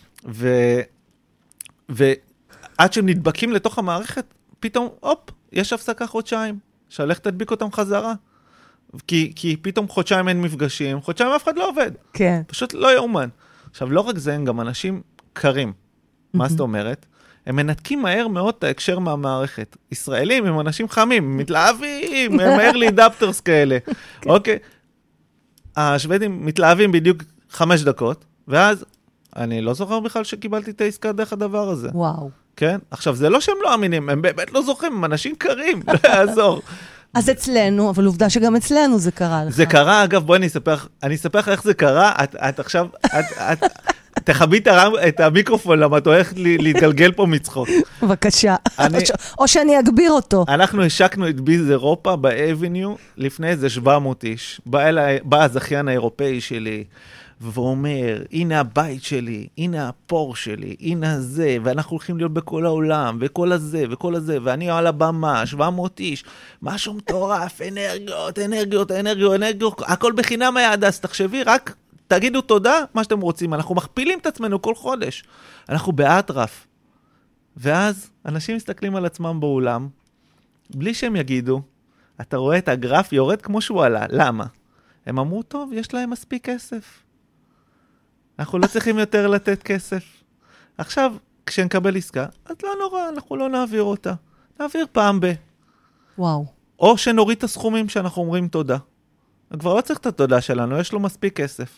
ועד שהם נדבקים לתוך המערכת, פתאום, יש הפסקה חודשיים, שהלך תדביק אותם חזרה. כי פתאום חודשיים אין מפגשים, חודשיים אף אחד לא עובד. כן. פשוט לא יאומן. עכשיו, לא רק זה, הם גם אנשים קרים. מה זאת אומרת? הם מנתקים מהר מאוד את ההקשר מהמערכת. ישראלים הם אנשים חמים, מתלהבים, הם early adapters כאלה. אוקיי? השוודים מתלהבים בדיוק 5 דקות, ואז אני לא זוכר בכלל שקיבלתי את העסקה דרך הדבר הזה. וואו. כן? עכשיו, זה לא שהם לא אמינים, הם באמת לא זוכרים, הם אנשים קרים, לא יעזור. אז אצלנו, אבל עובדה שגם אצלנו זה קרה לך. זה קרה, אגב, בואי אני אספר לך איך זה קרה, את עכשיו, תחבי את המיקרופון, למה אתה הולך להתגלגל פה מצחוק. בבקשה. או שאני אגביר אותו. אנחנו השקנו את ביז אירופה באביניו לפני איזה 700 איש. בא הזכיין האירופאי שלי, ואומר, הנה הבית שלי, הנה הפור שלי, הנה זה, ואנחנו הולכים להיות בכל העולם, וכל הזה, וכל הזה, ואני על הבמה, 700 איש, משהו מטורף, אנרגיות, הכל בחינם היעד, אז תחשבי, רק תגידו תודה, מה שאתם רוצים, אנחנו מכפילים את עצמנו כל חודש, אנחנו באטרף, ואז אנשים מסתכלים על עצמם באולם, בלי שהם יגידו, אתה רואה את הגרף יורד כמו שהוא עלה, למה? הם אמרו, טוב, יש להם מספיק כסף. אנחנו לא צריכים יותר לתת כסף. עכשיו, כשנקבל עסקה, אז לא נורא, אנחנו לא נעביר אותה. נעביר פעם וואו. או שנוריד את הסכומים שאנחנו אומרים תודה. כבר לא צריך את התודה שלנו, יש לו מספיק כסף.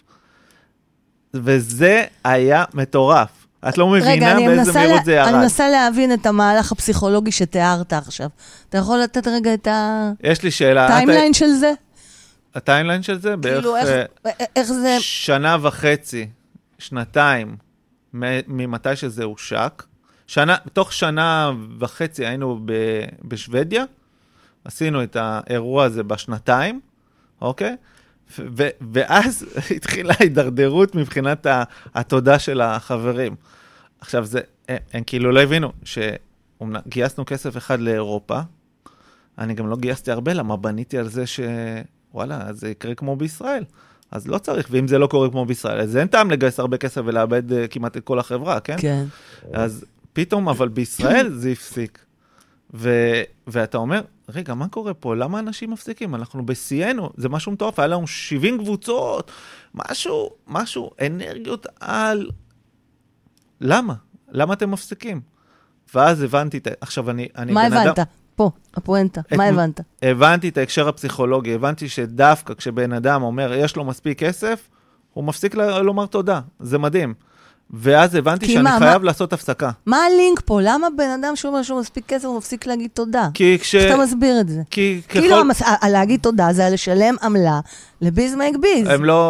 וזה היה מטורף. את לא מבינה באיזה מהירות זה ירד. אני מנסה להבין את המהלך הפסיכולוגי שתיארת עכשיו. אתה יכול לתת רגע את יש לי שאלה. הטיימליין של זה? הטיימליין של זה? בערך איך זה? 1.5 שנתיים ממתי שזה הושק. תוך 1.5 היינו בשוודיה, עשינו את האירוע הזה בשנתיים, אוקיי? ואז התחילה ההידרדרות מבחינת התודה של החברים. עכשיו, הם כאילו לא הבינו שגייסנו כסף אחד לאירופה, אני גם לא גייסתי הרבה, למה בניתי על זה שוואלה, זה יקרה כמו בישראל. אז לא צריך, ואם זה לא קורה כמו בישראל, אז אין טעם לגייס הרבה כסף ולאבד כמעט את כל החברה, כן? כן. אז פתאום, אבל בישראל זה הפסיק. ואתה אומר, רגע, מה קורה פה? למה אנשים מפסיקים? אנחנו בסיינו, זה משהו מטורף, היה לנו 70 קבוצות, משהו, אנרגיות על... למה? למה אתם מפסיקים? ואז הבנתי, עכשיו אני מה הבנת? פה, הפואנטה, מה הבנת? הבנתי את ההקשר הפסיכולוגי, הבנתי שדווקא כשבן אדם אומר, יש לו מספיק כסף, הוא מפסיק לומר תודה, זה מדהים. ואז הבנתי שאני חייב לעשות הפסקה. מה הלינק פה? למה בן אדם שאומר שהוא מספיק כסף, הוא מפסיק להגיד תודה? איך אתה מסביר את זה? כאילו, להגיד תודה זה לשלם עמלה לביז מייק ביז.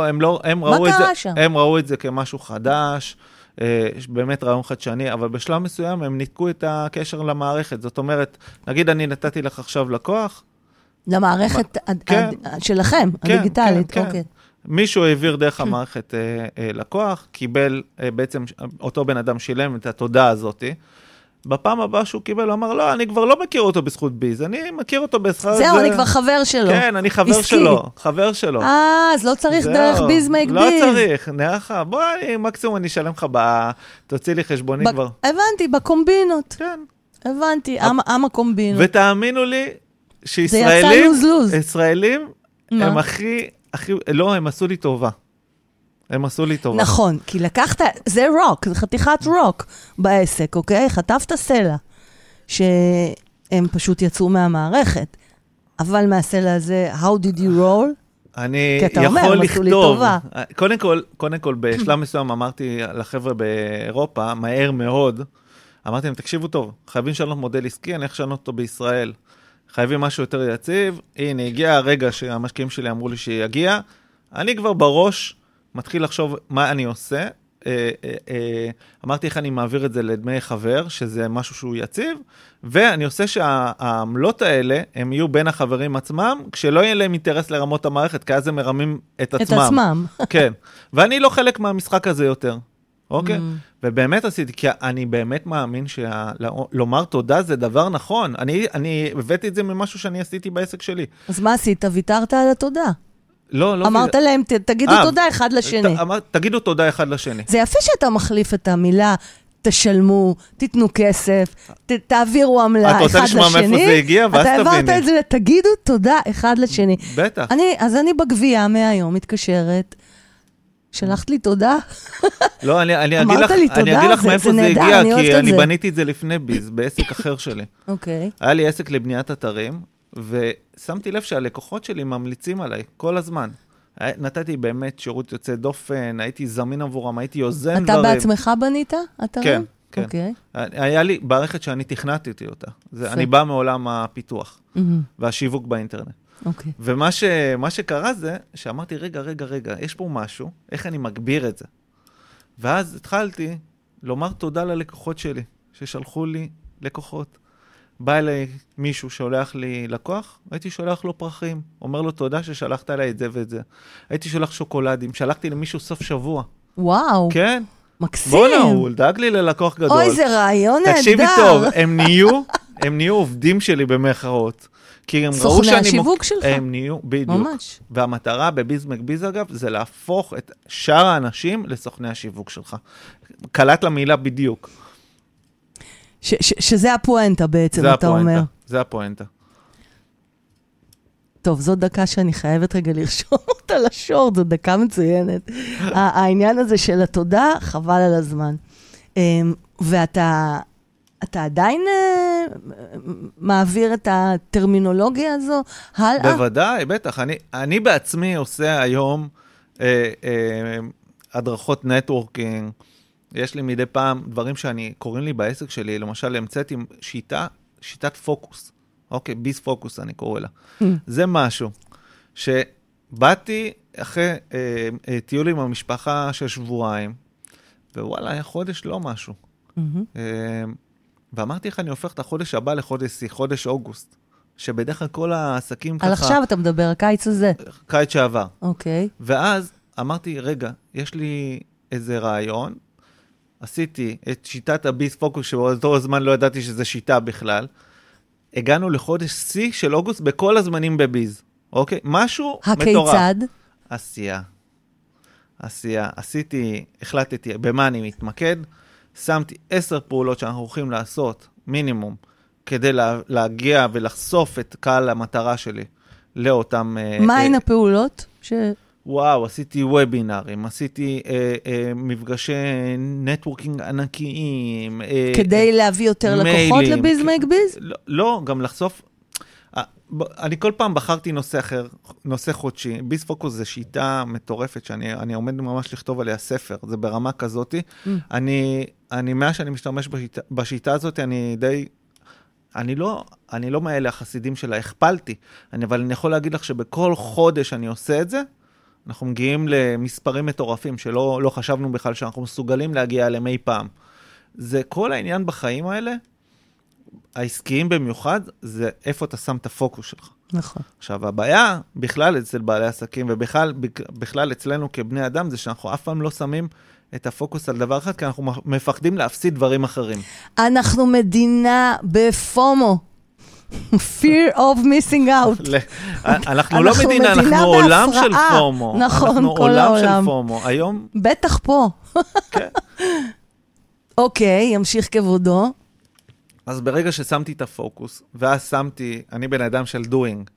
הם ראו את זה כמשהו חדש, באמת רעיון חדשני, אבל בשלב מסוים הם ניתקו את הקשר למערכת. זאת אומרת, נגיד אני נתתי לך עכשיו לקוח. למערכת שלכם, הדיגיטלית, אוקיי. מישהו העביר דרך המערכת לקוח, קיבל, בעצם אותו בן אדם שילם את התודה הזאת. בפעם הבאה שהוא קיבל, הוא אמר, לא, אני כבר לא מכיר אותו בזכות ביז, אני מכיר אותו בשכר... זהו, אני כבר חבר שלו. כן, אני חבר שלו. אז לא צריך דרך ביז מייק ביז. לא צריך, נראה, בוא, מקסימום אני אשלם לך, תוציא לי חשבוני כבר. הבנתי, בקומבינות. כן. הבנתי, הקומבינות. ותאמינו לי, שישראלים הם הכי... לא, הם עשו לי טובה. נכון, כי לקחת, זה רוק, זה חתיכת רוק בעסק, אוקיי? חטפת סלע, שהם פשוט יצאו מהמערכת, אבל מהסלע הזה, how did you roll? אני יכול לכתוב. קודם כל, בשלב מסוים אמרתי לחבר'ה באירופה, מהר מאוד, אמרתי להם, תקשיבו טוב, חייבים לשנות מודל עסקי, אני הולך לשנות אותו בישראל. חייבים משהו יותר יציב, הנה, הגיע הרגע שהמשקיעים שלי אמרו לי שיגיע, אני כבר בראש מתחיל לחשוב מה אני עושה, אמרתי איך אני מעביר את זה לדמי חבר, שזה משהו שהוא יציב, ואני עושה שהעמלות האלה, הם יהיו בין החברים עצמם, כשלא יהיה להם אינטרס לרמות המערכת, כי אז הם מרמים את עצמם. את עצמם. כן, ואני לא חלק מהמשחק הזה יותר. אוקיי? ובאמת עשיתי, כי אני באמת מאמין שלומר תודה זה דבר נכון. אני הבאתי את זה ממשהו שאני עשיתי בעסק שלי. אז מה עשית? ויתרת על התודה? לא. אמרת להם, תגידו תודה אחד לשני. תגידו תודה אחד לשני. זה יפה שאתה מחליף את המילה, תשלמו, תיתנו כסף, תעבירו עמלה אחד לשני. אתה רוצה לשמוע מאיפה זה הגיע, ואז תביני. אתה העברת את זה, תגידו תודה אחד לשני. בטח. אז אני בגבייה מהיום מתקשרת, שלחת לי תודה? לא, אני אגיד לך מאיפה זה הגיע, כי אני בניתי את זה לפני ביז, בעסק אחר שלי. אוקיי. היה לי עסק לבניית אתרים, ושמתי לב שהלקוחות שלי ממליצים עליי כל הזמן. נתתי באמת שירות יוצא דופן, הייתי זמין עבורם, הייתי יוזם דברים. אתה בעצמך בנית אתרים? כן, כן. היה לי בערכת שאני תכנתתי אותה. אני בא מעולם הפיתוח והשיווק באינטרנט. אוקיי. ומה שקרה זה, שאמרתי, רגע, יש פה משהו, איך אני מגביר את זה? ואז התחלתי לומר תודה ללקוחות שלי, ששלחו לי לקוחות. בא אליי מישהו שולח לי לקוח, הייתי שולח לו פרחים, אומר לו תודה ששלחת אליי את זה ואת זה. הייתי שולח שוקולדים, שלחתי למישהו סוף שבוע. וואו. כן. מקסים. בוא'נה, הוא דאג לי ללקוח גדול. אוי, זה רעיון נהדר. תקשיבי טוב, הם נהיו עובדים שלי במחאות. כי הם ראו שאני... סוכני השיווק שלך. הם נהיו, בדיוק. ממש. והמטרה בביז מקביז אגב, זה להפוך את שאר האנשים לסוכני השיווק שלך. קלט למילה בדיוק. שזה הפואנטה בעצם, אתה אומר. זה הפואנטה. טוב, זו דקה שאני חייבת רגע לרשום אותה לשורט, זו דקה מצוינת. העניין הזה של התודה, חבל על הזמן. ואתה עדיין מעביר את הטרמינולוגיה הזו הלאה? בוודאי, בטח. אני בעצמי עושה היום הדרכות נטוורקינג, יש לי מדי פעם דברים קוראים לי בעסק שלי, למשל, המצאתי שיטת פוקוס. אוקיי, ביס פוקוס אני קורא לה. זה משהו שבאתי אחרי טיול עם המשפחה של שבועיים, ווואלה, היה חודש לא משהו. ואמרתי איך אני הופך את החודש הבא לחודש סי, חודש אוגוסט, שבדרך כלל כל העסקים ככה... על עכשיו אתה מדבר, הקיץ הזה. קיץ שעבר. אוקיי. ואז אמרתי, רגע, יש לי איזה רעיון, עשיתי את שיטת הביס פוקוס, שבאותו הזמן לא ידעתי שזה שיטה בכלל, הגענו לחודש סי של אוגוסט בכל הזמנים בביז. אוקיי? משהו מטורף. הכיצד? עשייה. החלטתי במה אני מתמקד, שמתי 10 פעולות שאנחנו הולכים לעשות, מינימום, כדי להגיע ולחשוף את קהל המטרה שלי לאותם... מהן הפעולות? וואו, עשיתי וובינרים, עשיתי מפגשי נטוורקינג ענקיים. כדי להביא יותר לקוחות לביז מייק ביז? לא, גם לחשוף... אני כל פעם בחרתי נושא אחר, נושא חודשי. ביז פוקוס זה שיטה מטורפת, שאני עומד ממש לכתוב עליה ספר, זה ברמה כזאת. מה שאני משתמש בשיטה הזאת, אני לא מאלה החסידים שלה, הכפלתי, אבל אני יכול להגיד לך שבכל חודש אני עושה את זה, אנחנו מגיעים למספרים מטורפים, שלא חשבנו בכלל שאנחנו מסוגלים להגיע אליהם אי פעם. זה כל העניין בחיים האלה, העסקיים במיוחד, זה איפה אתה שם את הפוקוס שלך. נכון. עכשיו, הבעיה בכלל אצל בעלי עסקים, ובכלל אצלנו כבני אדם, זה שאנחנו אף פעם לא שמים את הפוקוס על דבר אחד, כי אנחנו מפחדים להפסיד דברים אחרים. אנחנו מדינה בפומו. Fear of missing out. אנחנו לא מדינה, אנחנו עולם של פומו. נכון, כל העולם. אנחנו עולם של פומו. היום... בטח פה. כן. אוקיי, ימשיך כבודו. אז ברגע ששמתי את הפוקוס, ואז אני בן אדם של doing,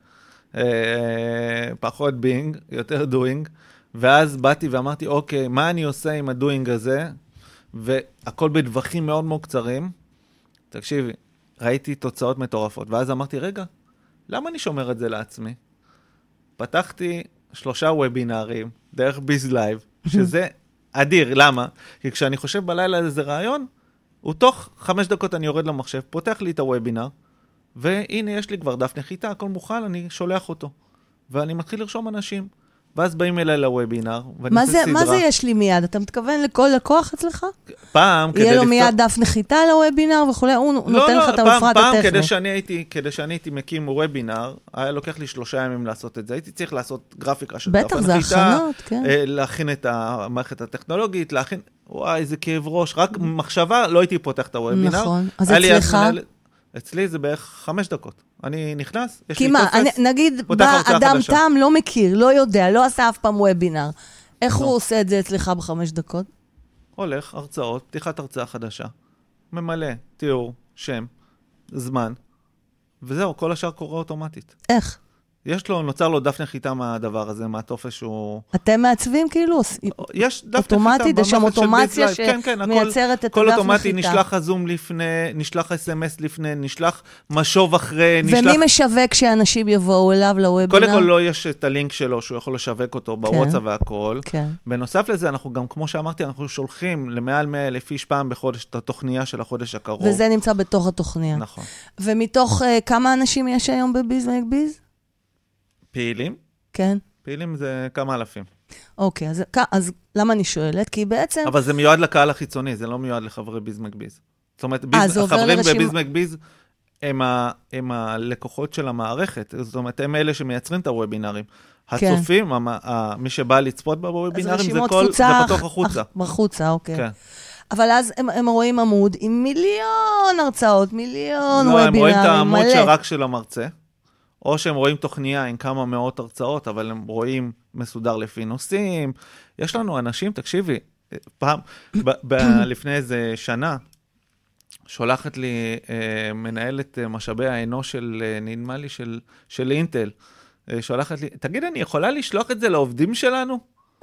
פחות being, יותר doing, ואז באתי ואמרתי, אוקיי, מה אני עושה עם הדוינג הזה? והכל בדווחים מאוד מאוד קצרים. תקשיבי, ראיתי תוצאות מטורפות, ואז אמרתי, רגע, למה אני שומר את זה לעצמי? פתחתי 3 וובינרים, דרך ביז לייב, שזה אדיר, למה? כי כשאני חושב בלילה על איזה רעיון, ותוך 5 דקות אני יורד למחשב, פותח לי את הוובינר, והנה יש לי כבר דף נחיתה, הכל מוכן, אני שולח אותו. ואני מתחיל לרשום אנשים, ואז באים אליי לוובינר, ואני עושה סדרה. מה זה יש לי מיד? אתה מתכוון לכל לקוח אצלך? פעם, כדי יהיה לו מיד דף נחיתה לוובינר וכו', הוא נותן לך את המפרט הטכני. פעם, כדי שאני הייתי מקים וובינר, היה לוקח לי 3 ימים לעשות את זה. הייתי צריך לעשות גרפיקה של דף הנחיתה. בטח, זה הכנות, כן. להכין את המערכת הטכנולוגית, וואי, איזה כאב ראש, רק מחשבה, לא הייתי פותח את הוובינר. נכון, אז אצלך? אצלי זה בערך 5 דקות. אני נכנס, יש לי טופס, נגיד, בא אדם תם, לא מכיר, לא יודע, לא עשה אף פעם וובינר. איך הוא עושה את זה אצלך ב5 דקות? הולך, הרצאות, פתיחת הרצאה חדשה, ממלא, תיאור, שם, זמן, וזהו, כל השאר קורה אוטומטית. איך? נוצר לו דף נחיתה מהדבר הזה, מהטופס שהוא... אתם מעצבים כאילו? יש דף אוטומטית, יש שם אוטומציה שמייצרת את הדף נחיתה. כל אוטומטי, נשלח הזום לפני, נשלח SMS לפני, נשלח משוב אחרי, ומי משווק שאנשים יבואו אליו לוובינר? קודם כל לא יש את הלינק שלו, שהוא יכול לשווק אותו בוואטסאפ והכל. בנוסף לזה, אנחנו גם, כמו שאמרתי, אנחנו שולחים למעל 100,000 איש פעם בחודש את התוכניה של החודש הקרוב. וזה נמצא בתוך התוכניה. נכון. ומתוך כמה אנשים יש היום בביז מייק ביז? פעילים? כן. פעילים זה כמה אלפים. אוקיי, אז למה אני שואלת? כי בעצם... אבל זה מיועד לקהל החיצוני, זה לא מיועד לחברי ביז מקביז. זאת אומרת, החברים בביז מקביז הם הלקוחות של המערכת, זאת אומרת, הם אלה שמייצרים את הוובינרים. הצופים, מי שבא לצפות בוובינרים, זה פתוח החוצה. בחוצה, אוקיי. כן. אבל אז הם רואים עמוד עם מיליון הרצאות, מיליון וובינרים, מלא. לא, הם רואים את העמוד שרק של המרצה, או שהם רואים תוכניה עם כמה מאות הרצאות, אבל הם רואים מסודר לפי נושאים. יש לנו אנשים, תקשיבי, פעם, לפני איזה שנה, שולחת לי מנהלת משאבי האנוש של, נדמה לי, של אינטל, שולחת לי, תגיד, אני יכולה לשלוח את זה לעובדים שלנו?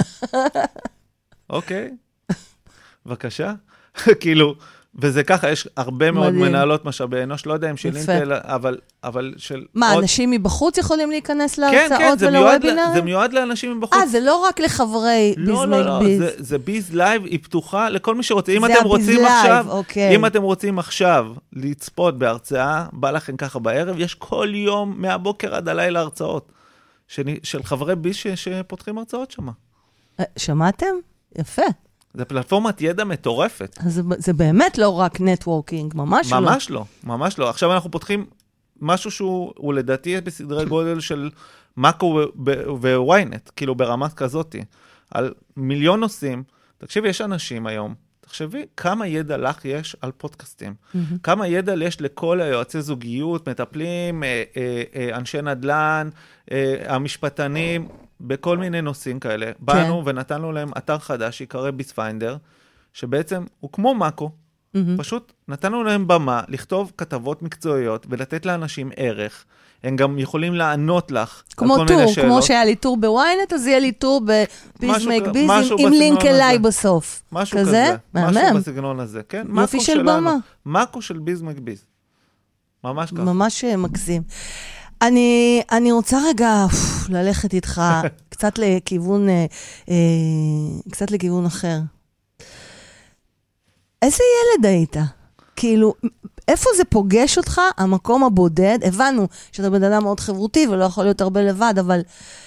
אוקיי. בבקשה. כאילו, וזה ככה, יש הרבה מאוד מנהלות משאבי אנוש, לא יודע אם של אינטל, אבל של... מה, אנשים מבחוץ יכולים להיכנס להרצאות ולוובינרים? כן, זה מיועד לאנשים מבחוץ. זה לא רק לחברי ביז מייק ביז. לא, זה ביז לייב, היא פתוחה לכל מי שרוצה. אם אתם רוצים עכשיו לצפות בהרצאה, בא לכם ככה בערב, יש כל יום מהבוקר עד הלילה הרצאות של חברי ביז שפותחים הרצאות שם. שמעתם? יפה. זה פלטפורמת ידע מטורפת. אז זה באמת לא רק נטוורקינג, ממש לא. ממש לא, ממש לא. עכשיו אנחנו פותחים משהו שהוא לדעתי בסדרי גודל של מאקו וויינט, כאילו ברמת כזאת, על מיליון נושאים. תקשיבי, יש אנשים היום, תחשבי כמה ידע לך יש על פודקאסטים. כמה ידע יש לכל היועצי זוגיות, מטפלים, אנשי נדל"ן, המשפטנים, בכל מיני נושאים כאלה. באנו ונתנו להם אתר חדש שיקרא ביזפיינדר, שבעצם הוא כמו מאקו, פשוט נתנו להם במה לכתוב כתבות מקצועיות ולתת לאנשים ערך. הם גם יכולים לענות לך על כל מיני שאלות. כמו שהיה לי טור בוויינט, אז יהיה לי טור בביז מייק ביז עם לינק אליי בסוף. משהו כזה. משהו בסגנון הזה, כן? יופי של במה. מאקו של ביז מייק ביז. ממש ככה. ממש מקסים. אני רוצה רגע ללכת איתך קצת לכיוון אחר. איזה ילד היית? כאילו, איפה זה פוגש אותך, המקום הבודד? הבנו שאתה בן אדם מאוד חברותי ולא יכול להיות הרבה לבד, אבל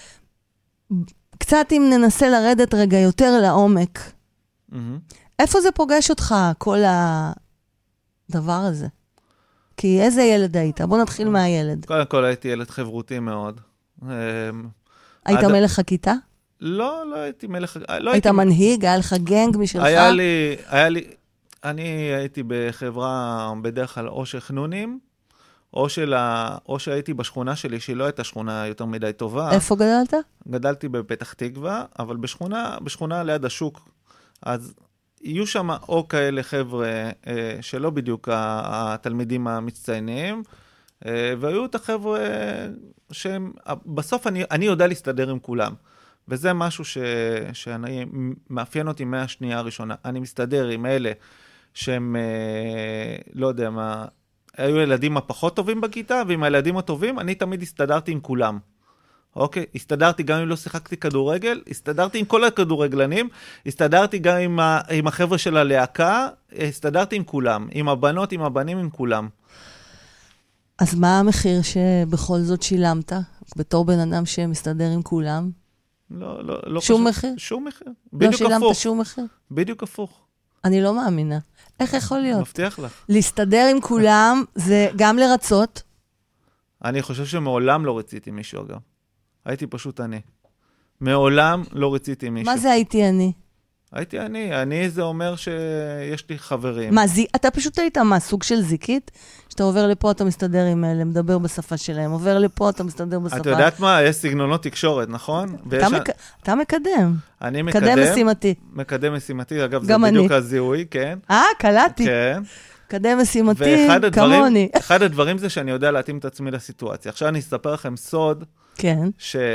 קצת אם ננסה לרדת רגע יותר לעומק. איפה זה פוגש אותך, כל הדבר הזה? כי איזה ילד היית? בוא נתחיל מהילד. קודם כל הייתי ילד חברותי מאוד. היית מלך הכיתה? לא, לא הייתי מלך... היית מנהיג? היה לך גנג משלך? היה לי... אני הייתי בחברה בדרך כלל או של חנונים, או שהייתי בשכונה שלי, שהיא לא הייתה שכונה יותר מדי טובה. איפה גדלת? גדלתי בפתח תקווה, אבל בשכונה ליד השוק. אז יהיו שם או כאלה חבר'ה שלא בדיוק התלמידים המצטיינים, והיו את החבר'ה שהם, בסוף אני יודע להסתדר עם כולם. וזה משהו שאני מאפיין אותי מהשנייה הראשונה. אני מסתדר עם אלה שהם, לא יודע מה, היו ילדים הפחות טובים בכיתה, ועם הילדים הטובים אני תמיד הסתדרתי עם כולם. אוקיי? הסתדרתי גם אם לא שיחקתי כדורגל, הסתדרתי עם כל הכדורגלנים, הסתדרתי גם עם החבר'ה של הלהקה, הסתדרתי עם כולם, עם הבנות, עם הבנים, עם כולם. אז מה המחיר שבכל זאת שילמת, בתור בן אדם שמסתדר עם כולם? לא שום מחיר? שום מחיר. לא שילמת שום מחיר? בדיוק הפוך. אני לא מאמינה. איך יכול להיות? מבטיח לך. להסתדר עם כולם זה גם לרצות? אני חושב שמעולם לא רציתי מישהו אגב. הייתי פשוט אני. מעולם לא רציתי מישהו. מה זה הייתי אני? הייתי אני. אני זה אומר שיש לי חברים. מה, אתה פשוט היית מה, סוג של זיקית? שאתה עובר לפה, אתה מסתדר עם אלה, מדבר בשפה שלהם. עובר לפה, אתה מסתדר בשפה. אתה יודעת מה? יש סגנונות תקשורת, נכון? אתה מקדם. אני מקדם. מקדם משימתי. מקדם משימתי, אגב, זה בדיוק הזיהוי, כן. קלטתי. כן. מקדם משימתי, כמוני. אחד הדברים זה שאני יודע להתאים את עצמי לסיטואציה. עכשיו אני אספר לכם סוד. כן.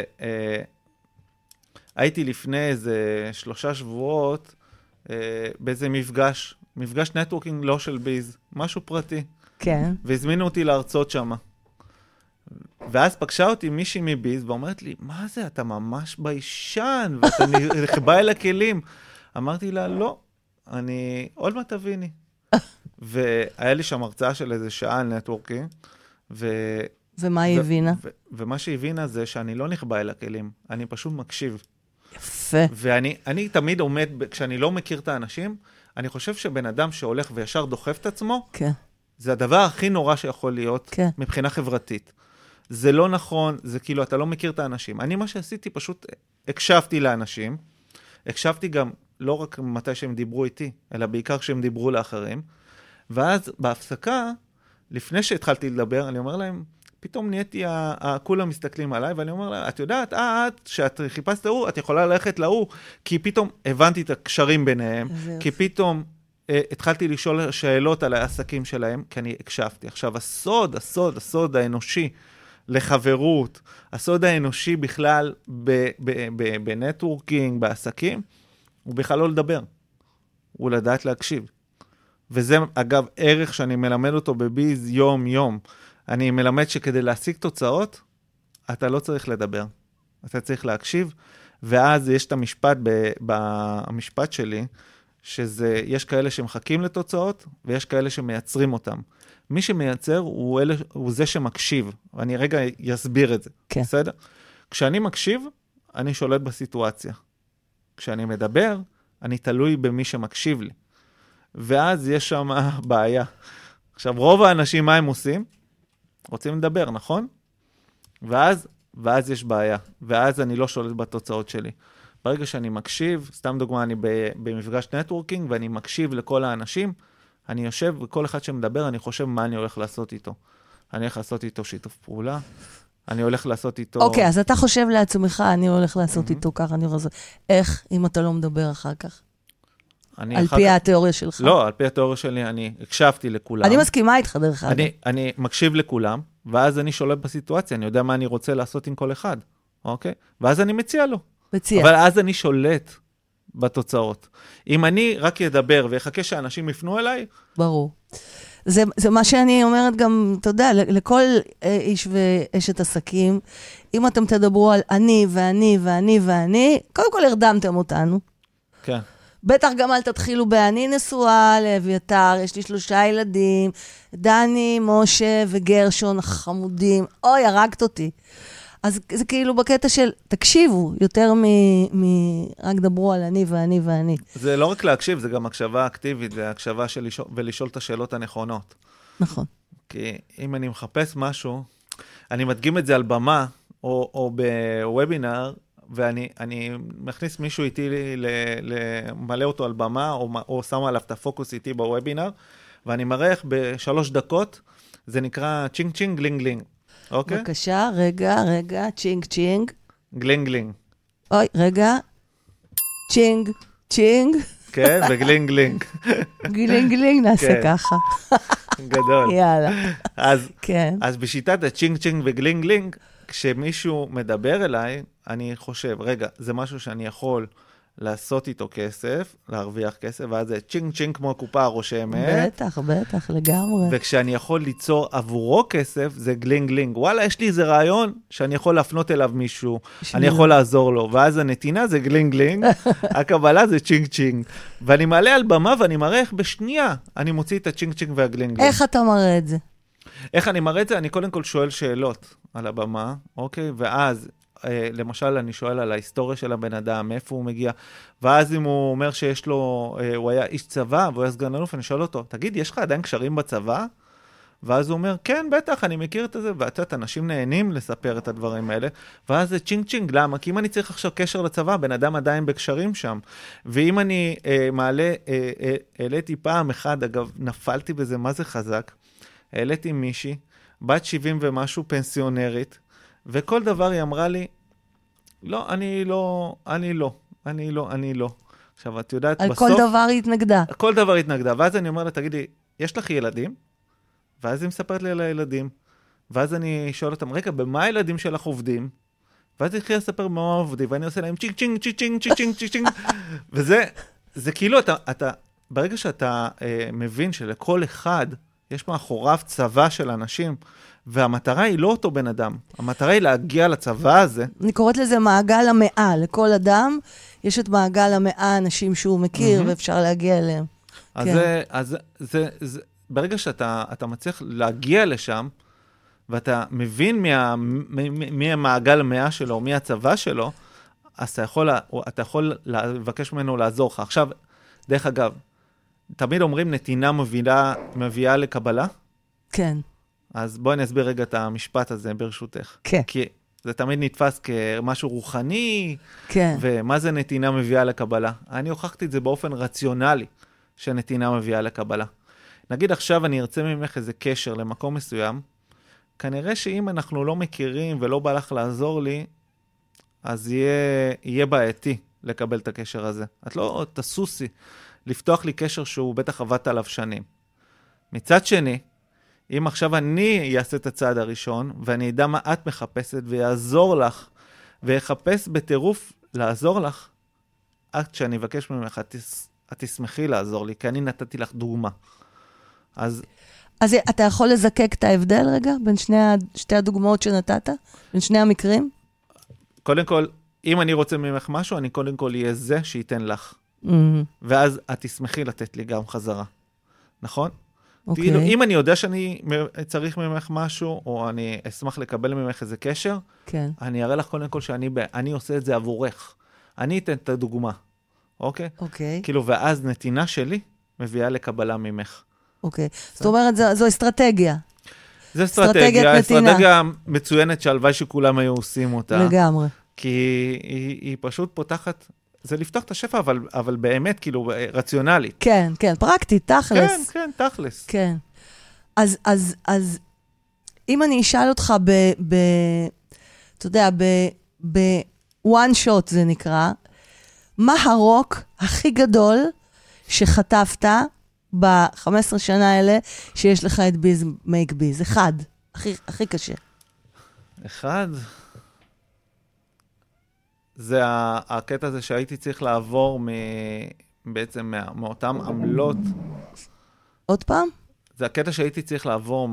הייתי לפני איזה 3 שבועות, באיזה מפגש נטוורקינג לא של ביז, משהו פרטי. כן. והזמינו אותי להרצות שם. ואז פגשה אותי מישהי מביז, ואומרת לי, מה זה, אתה ממש ביישן, ואתה נחבא אל הכלים. אמרתי לה, לא, עוד מעט תביני. והיה לי שם הרצאה של איזה שעה על נטוורקינג, ומה היא הבינה? ומה שהיא הבינה זה שאני לא נחבא אל הכלים, אני פשוט מקשיב. יפה. ואני תמיד עומד, כשאני לא מכיר את האנשים, אני חושב שבן אדם שהולך וישר דוחף את עצמו, כן. זה הדבר הכי נורא שיכול להיות כן. מבחינה חברתית. זה לא נכון, זה כאילו, אתה לא מכיר את האנשים. אני מה שעשיתי, פשוט הקשבתי לאנשים, הקשבתי גם לא רק מתי שהם דיברו איתי, אלא בעיקר כשהם דיברו לאחרים, ואז בהפסקה, לפני שהתחלתי לדבר, אני אומר להם, פתאום נהייתי, כולם מסתכלים עליי, ואני אומר להם, את יודעת, שאת חיפשת להוא, את יכולה ללכת להוא, כי פתאום הבנתי את הקשרים ביניהם, כי פתאום התחלתי לשאול שאלות על העסקים שלהם, כי אני הקשבתי. עכשיו, הסוד האנושי לחברות, הסוד האנושי בכלל בנטוורקינג, בעסקים, הוא בכלל לא לדבר. הוא לדעת להקשיב. וזה, אגב, ערך שאני מלמד אותו בביז יום-יום. אני מלמד שכדי להשיג תוצאות, אתה לא צריך לדבר. אתה צריך להקשיב, ואז יש את המשפט, במשפט שלי, שזה, יש כאלה שמחכים לתוצאות, ויש כאלה שמייצרים אותם. מי שמייצר הוא זה שמקשיב. ואני רגע יסביר את זה. כן. בסדר? כשאני מקשיב, אני שולט בסיטואציה. כשאני מדבר, אני תלוי במי שמקשיב לי. ואז יש שם בעיה. עכשיו, רוב האנשים, מה הם עושים? רוצים לדבר, נכון? ואז יש בעיה. ואז אני לא שולט בתוצאות שלי. ברגע שאני מקשיב, סתם דוגמה, אני במפגש נטוורקינג, ואני מקשיב לכל האנשים, אני יושב, וכל אחד שמדבר, אני חושב מה אני הולך לעשות איתו. אני הולך לעשות איתו שיתוף פעולה, אני הולך לעשות איתו... אוקיי, אז אתה חושב לעצמך, אני הולך לעשות איתו ככה, אני הולך לעשות... איך, אם אתה לא מדבר אחר כך? על פי התיאוריה שלך? לא, על פי התיאוריה שלי, אני הקשבתי לכולם. אני מסכימה איתך דרך אגב. אני מקשיב לכולם, ואז אני שולט בסיטואציה, אני יודע מה אני רוצה לעשות עם כל אחד, אוקיי? ואז אני מציע לו. אבל אז אני שולט בתוצאות. אם אני רק ידבר ויחכה שאנשים יפנו אליי... ברור. זה מה שאני אומרת גם, אתה יודע, לכל איש ואשת עסקים, אם אתם תדברו על אני ואני ואני ואני, קודם כל הרדמתם אותנו. כן. בטח גם אל תתחילו באני נשואה לאביתר, יש לי 3 ילדים, דני, משה וגרשון חמודים, אוי, הרגת אותי. אז זה כאילו בקטע של, תקשיבו, יותר רק דברו על אני ואני ואני. זה לא רק להקשיב, זה גם הקשבה אקטיבית, זה הקשבה ולשאול את השאלות הנכונות. נכון. כי אם אני מחפש משהו, אני מדגים את זה על במה, או בוובינר, ואני מכניס מישהו איתי למלא אותו על במה, או שם עליו את הפוקוס איתי בוובינר, ואני מראה איך ב3 דקות, זה נקרא צ'ינג צ'ינג גלינג גלינג. אוקיי? בבקשה, רגע, צ'ינג צ'ינג. גלינג גלינג. אוי, רגע. צ'ינג, צ'ינג. כן, וגלינג גלינג. גלינג גלינג, נעשה ככה. גדול. יאללה. אז בשיטת הצ'ינג צ'ינג וגלינג גלינג, כשמישהו מדבר אליי, אני חושב, רגע, זה משהו שאני יכול לעשות איתו כסף, להרוויח כסף, ואז זה צ'ינג צ'ינג כמו הקופה הרושמת. בטח, לגמרי. וכשאני יכול ליצור עבורו כסף, זה גלינג גלינג. וואלה, יש לי איזה רעיון שאני יכול להפנות אליו מישהו, אני יכול לעזור לו, ואז הנתינה זה גלינג גלינג, הקבלה זה צ'ינג צ'ינג. ואני מעלה על במה ואני מראה איך בשנייה אני מוציא את הצ'ינג צ'ינג והגלינג גלינג. איך אתה מראה את זה? איך אני מראה את זה? אני קודם כל שואל שאלות על הבמה, אוקיי? ואז למשל, אני שואל על ההיסטוריה של הבן אדם, מאיפה הוא מגיע, ואז אם הוא אומר שיש לו, הוא היה איש צבא, והוא היה סגן אלוף, אני שואל אותו, תגיד, יש לך עדיין קשרים בצבא? ואז הוא אומר, כן, בטח, אני מכיר את זה, ואת יודעת, אנשים נהנים לספר את הדברים האלה, ואז זה צ'ינג צ'ינג, למה? כי אם אני צריך עכשיו קשר לצבא, בן אדם עדיין בקשרים שם, ואם אני העליתי פעם אחד, אגב, נפלתי בזה, מה זה חזק? העליתי מישהי, בת 70 ומשהו, פנסיונרית, וכל דבר היא אמרה לי, לא, אני לא. עכשיו, את יודעת, על בסוף... כל דבר היא התנגדה. כל דבר התנגדה, ואז אני אומר לה, תגידי, יש לך ילדים? ואז היא מספרת לי על הילדים, ואז אני שואל אותם, רגע, במה הילדים שלך עובדים? ואז היא התחילה לספר במה עובדים, ואני עושה להם צ'ינג צ'ינג צ'ינג צ'ינג צ'ינג צ'ינג צ'ינג, וזה כאילו, ברגע שאתה מבין שלכל אחד, יש מאחוריו צבא של אנשים, והמטרה היא לא אותו בן אדם, המטרה היא להגיע לצבא הזה. אני קוראת לזה מעגל המאה, לכל אדם יש את מעגל המאה אנשים שהוא מכיר, ואפשר להגיע אליהם. אז ברגע שאתה מצליח להגיע לשם, ואתה מבין מי המעגל המאה שלו, מי הצבא שלו, אז אתה יכול לבקש ממנו לעזור לך. עכשיו, דרך אגב, תמיד אומרים נתינה מביאה לקבלה? כן. אז בואי נסביר רגע את המשפט הזה ברשותך. כן. כי זה תמיד נתפס כמשהו רוחני, כן. ומה זה נתינה מביאה לקבלה? אני הוכחתי את זה באופן רציונלי, שנתינה מביאה לקבלה. נגיד עכשיו אני ארצה ממך איזה קשר למקום מסוים, כנראה שאם אנחנו לא מכירים ולא בא לך לעזור לי, אז יהיה בעייתי לקבל את הקשר הזה. את לא תסוסי לפתוח לי קשר שהוא בטח עבדת עליו שנים. מצד שני, אם עכשיו אני אעשה את הצעד הראשון, ואני אדע מה את מחפשת ויעזור לך, ויחפש בטירוף לעזור לך, עד שאני אבקש ממך, את תשמחי לעזור לי, כי אני נתתי לך דוגמה. אז אתה יכול לזקק את ההבדל רגע, בין שתי הדוגמאות שנתת? בין שני המקרים? קודם כל, אם אני רוצה ממך משהו, אני קודם כל אהיה זה שייתן לך. ואז את תשמחי לתת לי גם חזרה. נכון? כאילו, אם אני יודע שאני צריך ממך משהו, או אני אשמח לקבל ממך איזה קשר, אני אראה לך קודם כל שאני עושה את זה עבורך. אני אתן את הדוגמה. אוקיי? כאילו, ואז נתינה שלי מביאה לקבלה ממך. אוקיי. זאת אומרת, זו אסטרטגיה. זו אסטרטגיה מצוינת שהלוואי שכולם היו עושים אותה. לגמרי. כי היא פשוט פותחת, זה לפתוח את השפע, אבל באמת, כאילו, רציונלית. כן, כן, פרקטית, תכלס. כן, כן, תכלס. כן. אז אם אני אשאל אותך אתה יודע, one shot זה נקרא, מה הרוק הכי גדול שחטפת ב-15 שנה האלה שיש לך את ביז מייק ביז? אחד, הכי קשה. אחד? זה הקטע הזה שהייתי צריך לעבור בעצם מאותם עמלות. עוד פעם? זה הקטע שהייתי צריך לעבור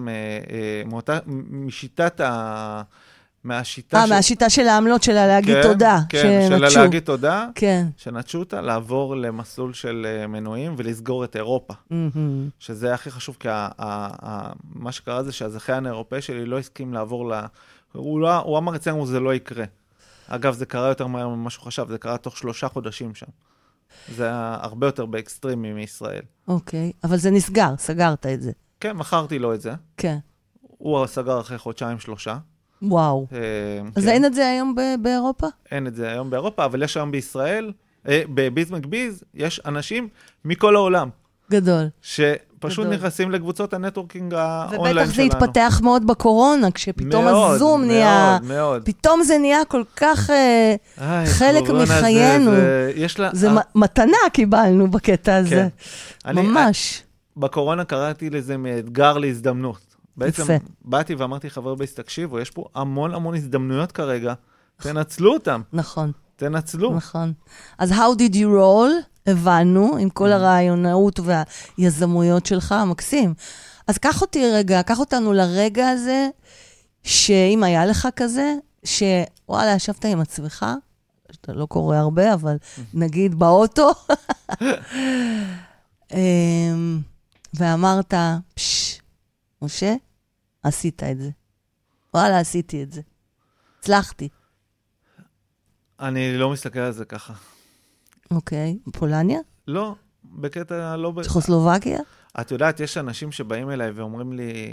מהשיטה של העמלות שלה להגיד תודה. כן, של להגיד תודה. כן. שנטשו אותה, לעבור למסלול של מנויים ולסגור את אירופה. שזה הכי חשוב, כי מה שקרה זה שהזכיין האירופאי שלי לא הסכים לעבור הוא אמר אצלנו זה לא יקרה. אגב, זה קרה יותר מהר ממה שהוא חשב, זה קרה תוך 3 חודשים שם. זה היה הרבה יותר באקסטרימי מישראל. אוקיי, אבל זה נסגר, סגרת את זה. כן, מכרתי לו את זה. כן. הוא סגר אחרי 2-3. וואו. אז אין את זה היום באירופה? אין את זה היום באירופה, אבל יש היום בישראל, בביז מקביז, יש אנשים מכל העולם. גדול. שפשוט נכנסים לקבוצות הנטוורקינג האונליין שלנו. ובטח זה התפתח מאוד בקורונה, כשפתאום הזום נהיה, פתאום זה נהיה כל כך חלק מחיינו. זה מתנה קיבלנו בקטע הזה. ממש. בקורונה קראתי לזה מאתגר להזדמנות. בעצם באתי ואמרתי, חבר בייס, תקשיבו, יש פה המון הזדמנויות כרגע, תנצלו אותם. נכון. תנצלו. נכון. אז how did you roll? הבנו, עם כל הרעיונאות והיזמויות שלך, מקסים. אז קח אותנו לרגע הזה, שאם היה לך כזה, שוואלה, ישבת עם עצמך, שאתה לא קורא הרבה, אבל נגיד באוטו, ואמרת, משה, עשית את זה. וואלה, עשיתי את זה. הצלחתי. אני לא מסתכל על זה ככה. אוקיי. פולניה? לא, בקטע לא... צ'כוסלובקיה? את יודעת, יש אנשים שבאים אליי ואומרים לי,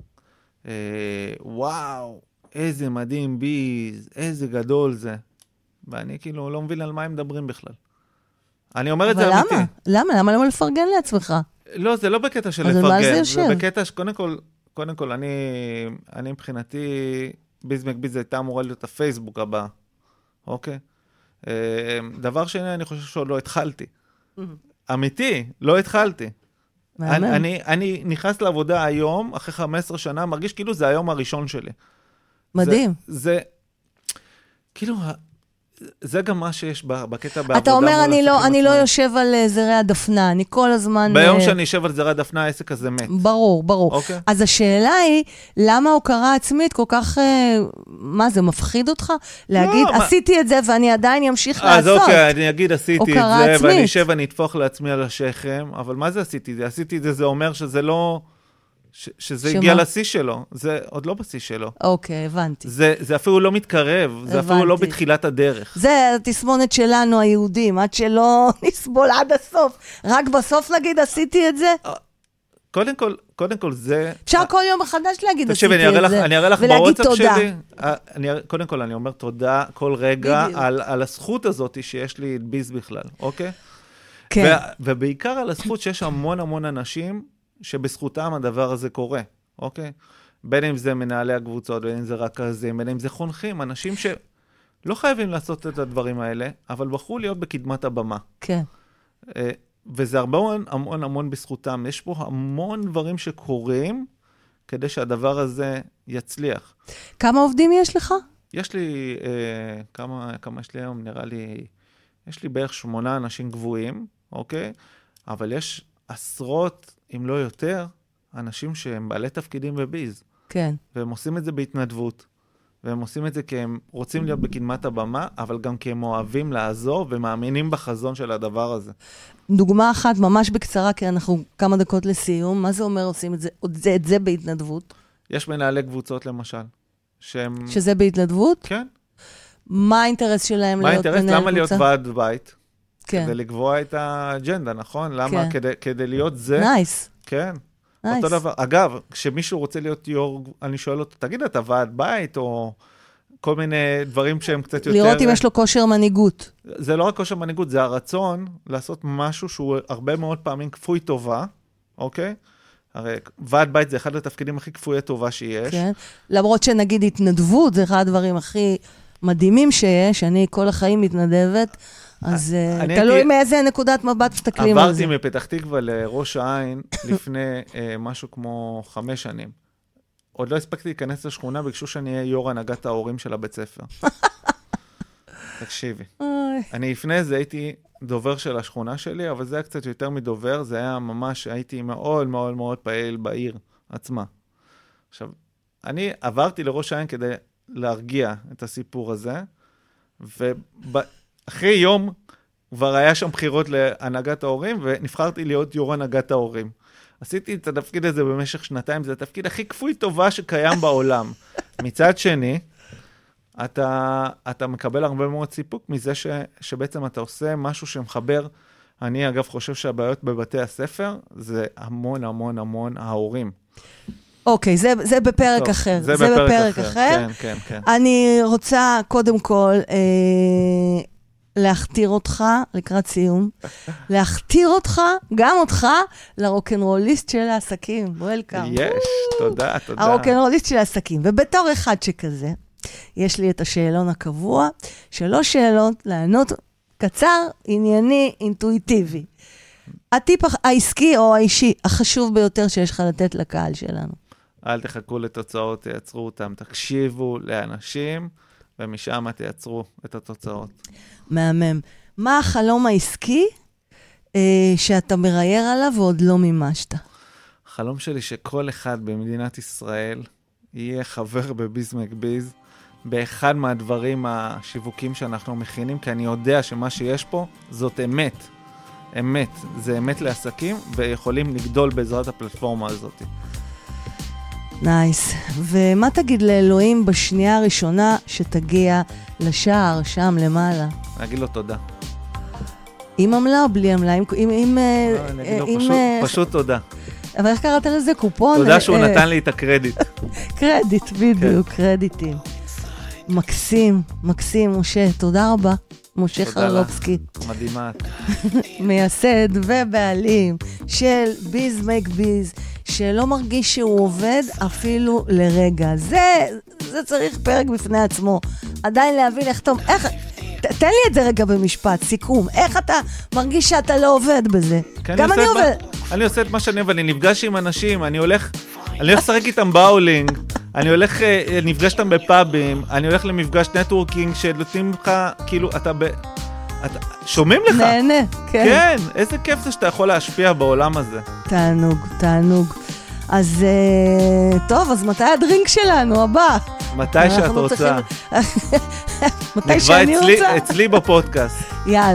וואו, איזה מדהים ביז, איזה גדול זה. ואני כאילו לא מבין על מה הם מדברים בכלל. אני אומר את זה אמיתי. למה? למה לפרגן לעצמך? לא, זה לא בקטע של לפרגן. זה בקטע שקודם כל, אני מבחינתי, ביז מקביז הייתה אמורה להיות הפייסבוק הבא. אוקיי? דבר אני חושב שעוד לא התחלתי. אמיתי, לא התחלתי. אני נכנס לעבודה היום, אחרי 15 שנה, מרגיש כאילו זה היום הראשון שלי. מדהים. זה כאילו, זה גם מה שיש בקטע בעבודה. אתה אומר, אני לא יושב על זרי הדפנה, אני כל הזמן... ביום שאני יושב על זרי הדפנה, העסק הזה מת. ברור. אז השאלה היא, למה הוקרה עצמית כל כך... מה זה, מפחיד אותך? להגיד, עשיתי את זה ואני עדיין אמשיך לעשות. אז אוקיי, אני אגיד, עשיתי את זה, ואני אשב ואני אתפוך לעצמי על השכם, אבל מה זה עשיתי את זה? עשיתי את זה, זה אומר שזה לא... שזה הגיע לשיא שלו, זה עוד לא בשיא שלו. אוקיי, הבנתי. זה אפילו לא מתקרב, זה אפילו לא בתחילת הדרך. זה התסמונת שלנו, היהודים, עד שלא נסבול עד הסוף. רק בסוף נגיד, עשיתי את זה? קודם כל זה... אפשר כל יום מחדש להגיד, עשיתי את זה. אני אראה לך בוואטסאפ שלי. קודם כל, אני אומר תודה כל רגע על הזכות הזאת שיש לי את ביז בכלל, אוקיי? כן. ובעיקר על הזכות שיש המון המון אנשים שבזכותם הדבר הזה קורה, אוקיי? בין אם זה מנהלי הקבוצות, בין אם זה רכזים, בין אם זה חונכים, אנשים שלא חייבים לעשות את הדברים האלה, אבל בחרו להיות בקדמת הבמה. כן. וזה המון המון המון בזכותם. יש פה המון דברים שקורים כדי שהדבר הזה יצליח. כמה עובדים יש לך? יש לי, כמה יש לי היום? נראה לי, יש לי בערך 8 אנשים גבוהים, אוקיי? אבל יש עשרות, אם לא יותר, אנשים שהם בעלי תפקידים בביז. כן. והם עושים את זה בהתנדבות. והם עושים את זה כי הם רוצים להיות בקדמת הבמה, אבל גם כי הם אוהבים לעזור ומאמינים בחזון של הדבר הזה. דוגמה אחת, ממש בקצרה, כי אנחנו כמה דקות לסיום. מה זה אומר עושים את זה בהתנדבות? יש מנהלי קבוצות למשל, שזה בהתנדבות? כן. מה האינטרס שלהם להיות מנהל קבוצה? למה להיות ועד בית? כן. כדי לקבוע את האג'נדה, נכון? למה? כדי להיות זה... נייס. כן. אותו דבר. אגב, כשמישהו רוצה להיות יו"ר, אני שואל אותו, תגיד, אתה ועד בית, או כל מיני דברים שהם קצת יותר... לראות אם יש לו כושר מנהיגות. זה לא רק כושר מנהיגות, זה הרצון לעשות משהו שהוא הרבה מאוד פעמים כפוי טובה, אוקיי? הרי ועד בית זה אחד התפקידים הכי כפויי טובה שיש. כן. למרות שנגיד התנדבות, זה אחד הדברים הכי מדהימים שיש, אני כל החיים מתנדבת, אז תלוי מאיזה נקודת מבט מסתכלים על זה. עברתי מפתח תקווה לראש העין לפני משהו כמו 5 שנים. עוד לא הספקתי להיכנס לשכונה, ביקשו שאני אהיה יו"ר הנהגת ההורים של הבית ספר. תקשיבי. אני לפני זה הייתי דובר של השכונה שלי, אבל זה היה קצת יותר מדובר, זה היה ממש, הייתי מאוד מאוד מאוד פעיל בעיר עצמה. עכשיו, אני עברתי לראש העין כדי להרגיע את הסיפור הזה, אחרי יום כבר היה שם בחירות להנהגת ההורים, ונבחרתי להיות יו"ר הנהגת ההורים. עשיתי את התפקיד הזה במשך 2 זה התפקיד הכי כפוי טובה שקיים בעולם. מצד שני, אתה מקבל הרבה מאוד סיפוק מזה שבעצם אתה עושה משהו שמחבר. אני אגב חושב שהבעיות בבתי הספר זה המון המון המון ההורים. אוקיי, זה בפרק אחר. זה בפרק אחר. כן, כן. אני רוצה קודם כל להכתיר אותך, לקראת סיום, להכתיר אותך, גם אותך, לרוקנרוליסט של העסקים. וולקאם. יש, תודה, תודה. הרוקנרוליסט של העסקים. ובתור אחד שכזה, יש לי את השאלון הקבוע, 3 שאלות לענות קצר, ענייני, אינטואיטיבי. הטיפ העסקי או האישי החשוב ביותר שיש לך לתת לקהל שלנו. אל תחכו לתוצאות, תייצרו אותם, תקשיבו לאנשים, ומשם תייצרו את התוצאות. מהמם. מה החלום העסקי שאתה מראייר עליו ועוד לא מימשת? החלום שלי שכל אחד במדינת ישראל יהיה חבר בביז מקביז, באחד מהדברים השיווקים שאנחנו מכינים, כי אני יודע שמה שיש פה זאת אמת. אמת. זה אמת לעסקים, ויכולים לגדול בעזרת הפלטפורמה הזאת. נייס. ומה תגיד לאלוהים בשנייה הראשונה שתגיע לשער, שם למעלה? אני אגיד לו תודה. עם עמלה או בלי עמלה? אני אגיד לו פשוט תודה. אבל איך קראת לזה? קופון? תודה שהוא נתן לי את הקרדיט. קרדיט, בדיוק, קרדיטים. מקסים, מקסים, משה, תודה רבה. משה חרלובסקי. מדהימה. מייסד ובעלים של ביז מייק ביז, שלא מרגיש שהוא עובד אפילו לרגע. זה צריך פרק בפני עצמו. עדיין להבין איך תן לי את זה רגע במשפט, סיכום. איך אתה מרגיש שאתה לא עובד בזה? גם אני עובד. אני עושה את מה שאני, אבל אני נפגש עם אנשים, אני הולך לשחק איתם באולינג, אני הולך, נפגש איתם בפאבים, אני הולך למפגש נטוורקינג, שנותנים לך, כאילו, אתה שומעים לך? נהנה, כן. כן, איזה כיף זה שאתה יכול להשפיע בעולם הזה. תענוג. אז טוב, אז מתי הדרינק שלנו הבא? מתי שאת רוצה. מתי שאני רוצה. אצלי בפודקאסט. יאללה,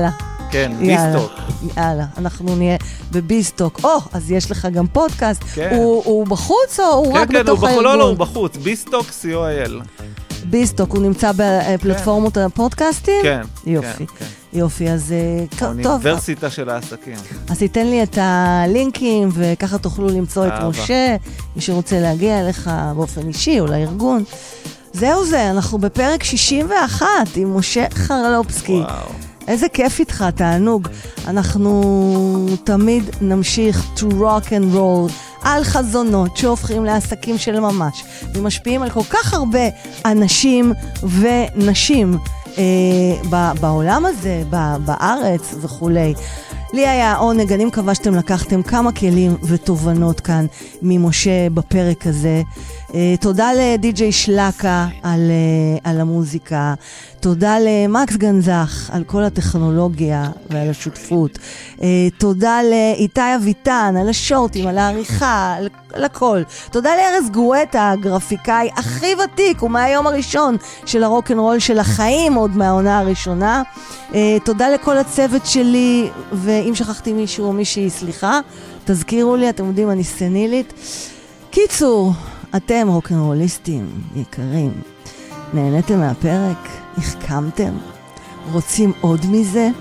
כן, יאללה. ביסטוק. יאללה, אנחנו נהיה בביסטוק. אז יש לך גם פודקאסט. כן. הוא בחוץ או הוא רק בתוך הארגון? לא, הוא בחוץ. ביסטוק, co.il. ביסטוק, הוא נמצא בפלטפורמות הפודקאסטים? כן. יופי. כן. יופי, אז טוב. האוניברסיטה של העסקים. אז תיתן לי את הלינקים, וככה תוכלו למצוא את משה, מי שרוצה להגיע אליך באופן אישי או לארגון. זהו זה, אנחנו בפרק 61 עם משה חרלופסקי. וואו. איזה כיף איתך, תענוג. אנחנו תמיד נמשיך to rock and roll על חזונות שהופכים לעסקים של ממש, ומשפיעים על כל כך הרבה אנשים ונשים בעולם הזה, בארץ וכולי. לי היה עונג, אני מקווה שאתם לקחתם כמה כלים ותובנות כאן ממשה בפרק הזה. תודה לדי.ג'יי שלקה על המוזיקה, תודה למקס גנזך על כל הטכנולוגיה ועל השותפות, תודה לאיתי אביטן על השורטים, על העריכה, על הכל. תודה לארז גואטה, הגרפיקאי הכי ותיק ומהיום הראשון של הרוק'נ'רול של החיים, עוד מהעונה הראשונה. תודה לכל הצוות שלי, ואם שכחתי מישהו או מישהי, סליחה, תזכירו לי, אתם יודעים, אני סנילית. קיצור, אתם רוק'נ'רוליסטים יקרים, נהניתם מהפרק? החכמתם? רוצים עוד מזה?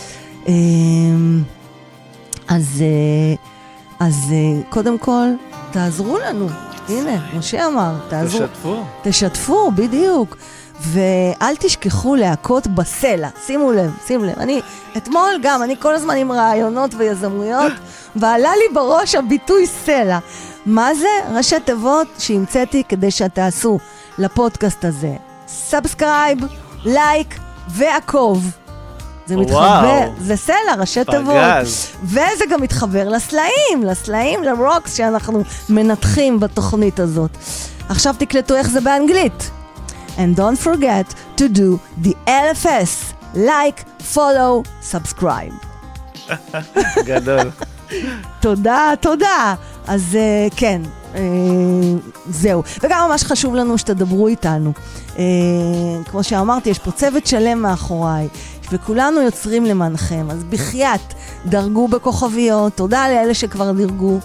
אז קודם כל, תעזרו לנו. הנה, משה אמר, תעזרו. תשתפו, בדיוק. ואל תשכחו להכות בסלע. שימו לב. אתמול גם, אני כל הזמן עם רעיונות ויזמויות, ועלה לי בראש הביטוי סלע. מה זה? ראשי תיבות שהמצאתי כדי שתעשו לפודקאסט הזה. סאבסקרייב, לייק ועקוב. זה מתחבר, זה סלע, ראשי תיבות. וזה גם מתחבר לסלעים, לרוקס שאנחנו מנתחים בתוכנית הזאת. עכשיו תקלטו איך זה באנגלית. And don't forget to do the LFS, like, follow, subscribe. גדול. תודה. אז כן, זהו. וגם ממש חשוב לנו שתדברו איתנו. כמו שאמרתי, יש פה צוות שלם מאחוריי, וכולנו יוצרים למענכם. אז בחייאת, דרגו בכוכביות, תודה לאלה שכבר דרגו.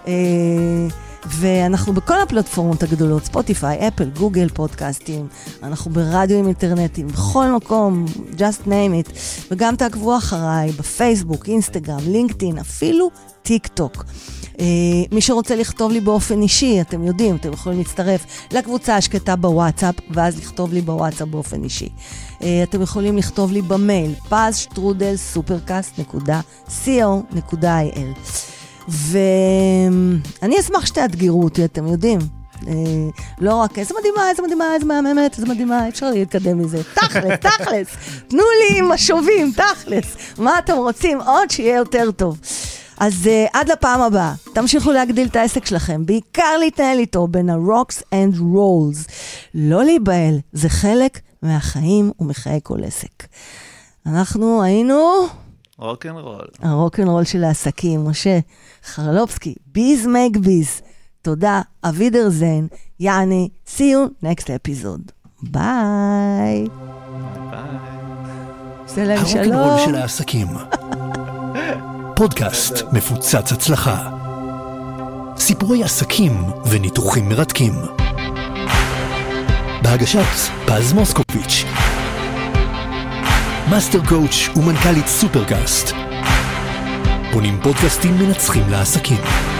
ואנחנו בכל הפלטפורמות הגדולות, ספוטיפיי, אפל, גוגל, פודקאסטים, אנחנו ברדיו אינטרנטיים, בכל מקום, just name it, וגם תעקבו אחריי בפייסבוק, אינסטגרם, לינקדאין, אפילו טיק טוק. מי שרוצה לכתוב לי באופן אישי, אתם יודעים, אתם יכולים להצטרף לקבוצה השקטה בוואטסאפ, ואז לכתוב לי בוואטסאפ באופן אישי. אתם יכולים לכתוב לי במייל, paz@supercast.co.il. ואני אשמח שתאתגרו אותי, אתם יודעים. לא רק איזה מדהימה, איזה מהממת, איזה מדהימה, אפשר להתקדם מזה. תכלס, תנו לי משובים, תכלס. מה אתם רוצים? עוד שיהיה יותר טוב. אז עד לפעם הבאה, תמשיכו להגדיל את העסק שלכם, בעיקר להתנהל איתו בין ה-rocks and rolls. לא להיבהל, זה חלק מהחיים ומחיי כל עסק. אנחנו היינו... רוק'נ'רול. הרוק'נ'רול של העסקים, משה חרלופסקי, ביז מייק ביז. תודה, אבידרזיין, יעני, see you next episode. ביי. הרוק'נ'רול של העסקים. פודקאסט מפוצץ הצלחה. סיפורי עסקים וניתוחים מרתקים. בהגשת פז מוסקוביץ', מאסטר קואוץ' ומנכ"לית סופרקאסט. בונים פודקאסטים מנצחים לעסקים.